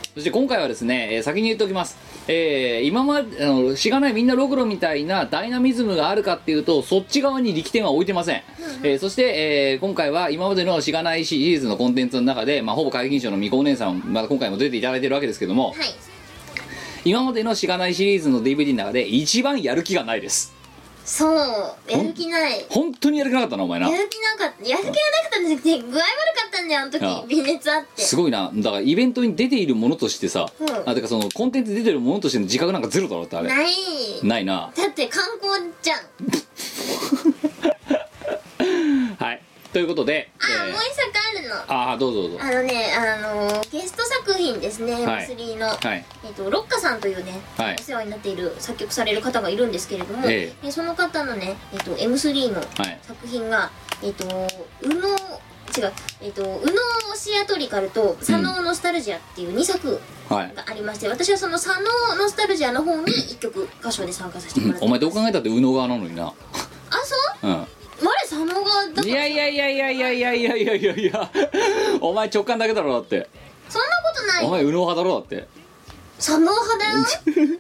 そして今回はですね、えー先に言っておきます、えー今まであのしがないみんなログロみたいなダイナミズムがあるかっていうと、そっち側に力点は置いてません、えーそして、えー今回は今までのしがないシリーズのコンテンツの中で、まあ、ほぼ皆勤賞のみこお姉さん、まあ、今回も出ていただいてるわけですけども、 はい。 今までのしがないシリーズの ディーブイディー の中で一番やる気がないです。 そうやる気ない。 本当にやる気なかったなお前な。 やる気なかった。やる気がなかったんじゃなくて具合悪かったんだよあの時。 ああ微熱あってすごいな。だからイベントに出ているものとしてさ、 うんあてかそのコンテンツ出てるものとしての自覚なんかゼロだろってあれ。 ない。 ないな。 だって観光じゃん。 はいということで、 あ、 えーもう一作あるの。 ああどうぞどうぞ。 あのね、あのゲスト作品ですね、 はいエムスリー の、 はいえっとロッカさんというね、 はいお世話になっている作曲される方がいるんですけれども、 えでその方のね、えっと エムスリー のはい作品が、えっと宇野違う、えっと宇野シアトリカルと佐野ノスタルジアっていうにさくはい。 がありまして、私はその佐野ノスタルジアの方にいっきょく歌唱で参加させてもらってお前どう考えたって宇野側なのにな。 あ、そううん。 我佐野がだからいやいやいやいやいやいやいやいやいやいやお前直感だけだろだって。 そんなことない。 お前宇野派だろだって。 佐野派だよ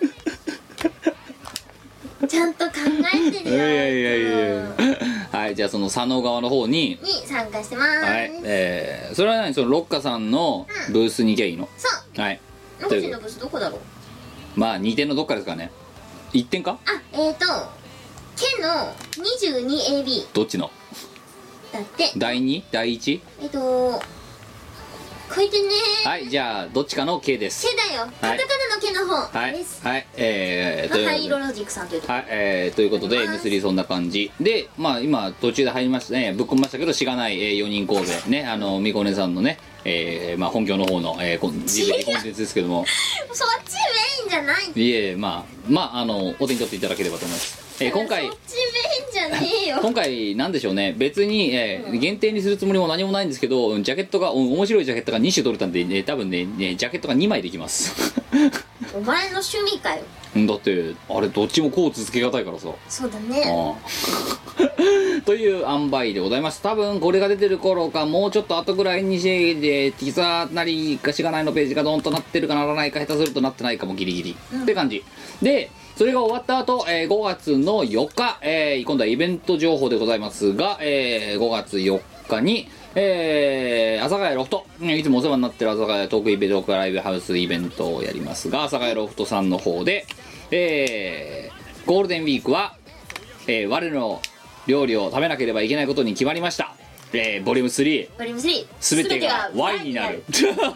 ちゃんと考えてるよ。 いやいやいやいやはいじゃあその佐野側の方に、 に参加してます。 はいえー、それは何そのロッカさんのブースに行けばいいの、 そう。 はいロッチのブースどこだろう。 まあにてんのどっかですかね。いってんかあ、えーと県の にじゅうにエービーどっちのだって。 だいにだいいちえっと書いてねー。 はいじゃあどっちかの K です。 県だよ。カタカナの県の方はいです。 はいえー、というハイロロジックさんというとこ。 はい、えー、ということで エムスリー そんな感じで、まあ今途中で入りましたね、ぶっ込みましたけどしがない、えー、よにん神戸ね、あのみこねさんのね、えー、まあ本業の方の、えー、コン ディーブイディー コンテンツですけどもそっちメインじゃない。 いえまあまああのお手に取っていただければと思います、えー、今回そっちメインじゃねえよ。 今回なんでしょうね、別に、えー限定にするつもりも何もないんですけど、ジャケットがお面白いジャケットがに種取れたんで、ね、多分ねねジャケットがにまいできますお前の趣味かよ。 だってあれどっちもこう続けがたいからさ。 そうだね。 ああという塩梅でございます。多分これが出てる頃かもうちょっと後ぐらいにしてでティザーなりかしがないのページがドンとなってるかならないか、下手するとなってないかもギリギリ、うん、って感じで、それが終わった後、えー、ごがつのよっか、えー、今度はイベント情報でございますが、えー、ごがつよっかにえー、阿佐ヶ谷ロフト、いつもお世話になってる阿佐ヶ谷トークイベントライブハウスイベントをやりますが、阿佐ヶ谷ロフトさんの方で、えー、ゴールデンウィークは、えー、我の料理を食べなければいけないことに決まりました、えー、ボリュームスリーボリュームスリーすべてが ワインになる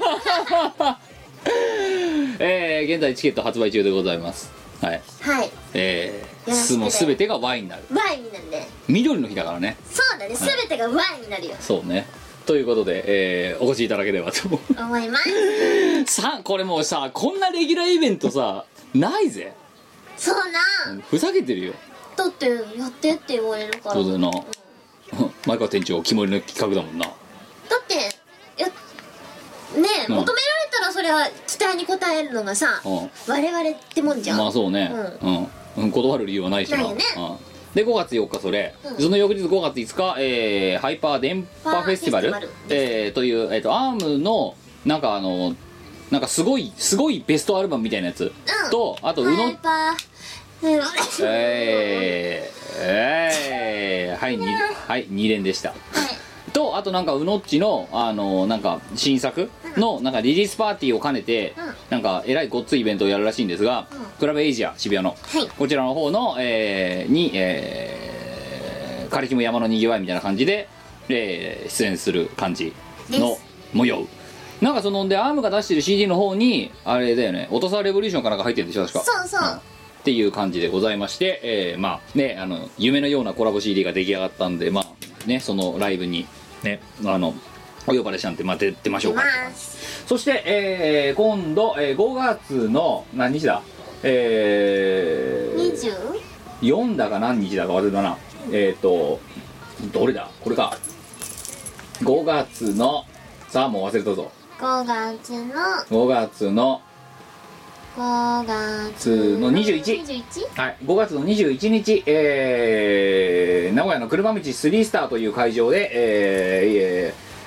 えー、現在チケット発売中でございます。はい、はいえー、すもすべてがワインになる。 ワインになるね。 緑の日だからね。 そうだね、すべてがワインになるよ。 そうね。ということで、えー、お越しいただければと思いますさこれもうさ、こんなレギュラーイベントさないぜ。 そうな、 ふざけてるよ。 だってやってって言われるから。 そうだよな、うん、前川店長肝入りの企画だもんな。 だってやねえ、うん、求められたらそれは期待に応えるのがさ、うん、我々ってもんじゃん。 まあそうね、うん、うん、断る理由はないしな。ないよね、うんでごがつよっかそれ、うん、その翌日ごがついつか、えー、ハイパー電波フェスティバル、えー、という、えー、とアームのなんかあのなんかすごいすごいベストアルバムみたいなやつ、うん、とあとうのハイパーえー、えー、はいにはいに連でした、はい、とあとなんかうのっちのあのなんか新作のなんかリリースパーティーを兼ねて、うん、なんかえらいごっついイベントをやるらしいんですが、うん、クラブエイジア渋谷の、はい、こちらの方の、えー、に、えー、枯れ木も山のにぎわいみたいな感じで、えー、出演する感じの模様。なんかそのでアームが出してる シーディー の方にあれだよね、音サーレボリューションかなんか入ってるんでしょ確か。 そうそう、うんっていう感じでございまして、えー、まあねあの夢のようなコラボ シーディー が出来上がったんで、まあねそのライブにねあのお呼ばれしたんで、まあ、出てましょうか。そして、えー、今度、えー、ごがつの何日だえー、 にじゅうよんだか何日だか忘れたな。えっ、ー、とどれだこれかごがつのさあもう忘れたぞ。 ごがつのごがつのごがつのにじゅういち、はい、ごがつのにじゅういちにち、えー、名古屋の車道スリースターという会場で、えーえー、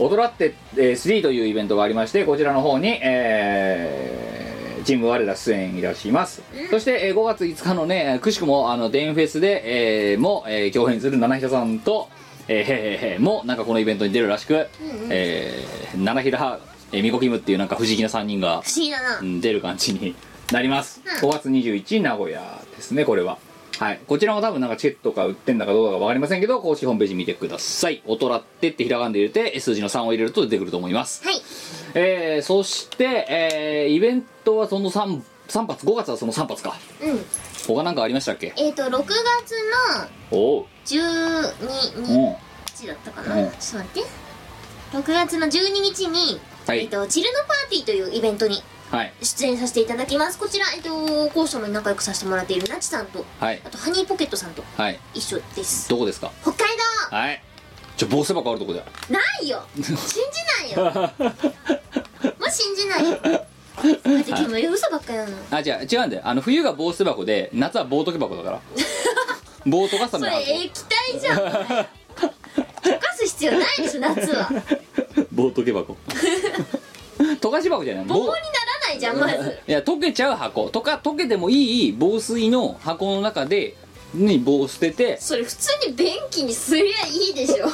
オトラッテ、えー、スリーというイベントがありまして、こちらの方に、えー、チーム我ら出演いらっしゃいます、うん、そして、えー、ごがついつかのね、くしくもあのデンフェスで、えー、も、えー、共演する七平さんと、えー、へーへーもなんかこのイベントに出るらしく、うんうん、えー、七平、えー、ミコキムっていうなんか不思議なさんにんが不思議だな、 うん、出る感じになります、うん、ごがつにじゅういちにち名古屋ですね。これははい、こちらも多分なんかチケットか売ってんだかどうだか分かりませんけど、公式ホームページ見てください。オトラってってひらがんで入れて数字のさんを入れると出てくると思います。 はい。 えー、そして、えー、イベントはその 3, 3発ごがつはそのさん発か。 うん。 他なんかありましたっけ？ えっ、ー、とろくがつのおうじゅうににちだったかな、うん、ちょっと待って、ろくがつのじゅうににちに、はい、えっ、ー、とチルノパーティーというイベントに出演させていただきます。こちら、えっと、高所の仲良くさせてもらっているなちさんと、はい、あとハニーポケットさんと一緒です、 はい、どこですか？ 北海道。 はい。じゃあ防水箱あるとこだよ。 ないよ信じないよもう信じないよだって今日嘘ばっかりなの。 あ、違う違うんだよ。あの冬が防水箱で夏は棒溶け箱だから棒溶かすための箱。 それ液体じゃん溶かす必要ないでしょ夏は棒溶け箱溶かし箱じゃない、 棒にならないじゃんまずいや溶けちゃう箱とか、溶けてもいい防水の箱の中でに棒を捨てて、 それ普通に便器にすりゃいいでしょ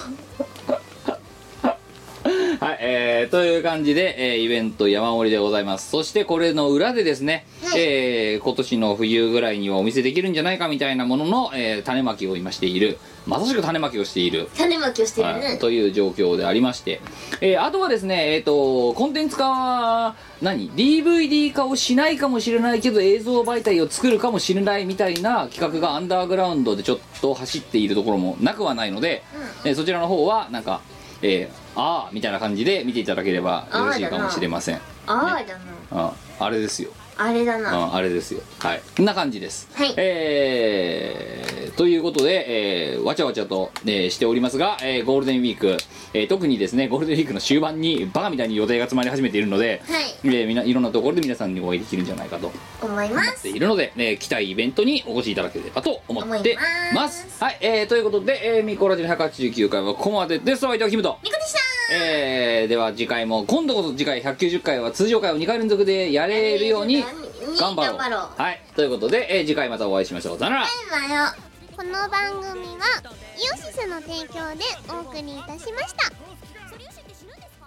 はい、えー、という感じで、えー、イベント山盛りでございます。そしてこれの裏でですね、はい、えー、今年の冬ぐらいにはお見せできるんじゃないかみたいなものの、えー、種まきを今している、まさしく種まきをしている種まきをしているね、 はい、という状況でありまして、えー、あとはですね、えーとコンテンツ化は何 ディーブイディー 化をしないかもしれないけど映像媒体を作るかもしれないみたいな企画がアンダーグラウンドでちょっと走っているところもなくはないので、うん、えー、そちらの方はなんか、えー、あーみたいな感じで見ていただければよろしいかもしれません。 あーだな、 あーあれですよ、 あれだな、 ああれですよ。はい、こんな感じです。 はい、 えー、ということで、えー、わちゃわちゃと、えー、しておりますが、えー、ゴールデンウィーク、えー、特にですねゴールデンウィークの終盤にバカみたいに予定が詰まり始めているので、 はい、 えー、みないろんなところで皆さんにお会いできるんじゃないかと思いますっているので、えー、来たいイベントにお越しいただければと思ってますはい、えー、ということで、えー、ミコラジのひゃくはちじゅうきゅうかいはここまでです。お相手はキムとミコでした。 えー、では次回も今度こそ次回ひゃくきゅうじゅっかいは通常回をにかい連続でやれるように頑張ろう。 頑張ろう。 はい、ということで、えー、次回またお会いしましょう。さよなら。 バイバイ。 この番組はイオシスの提供でお送りいたしました。素粒子って死ぬんですか？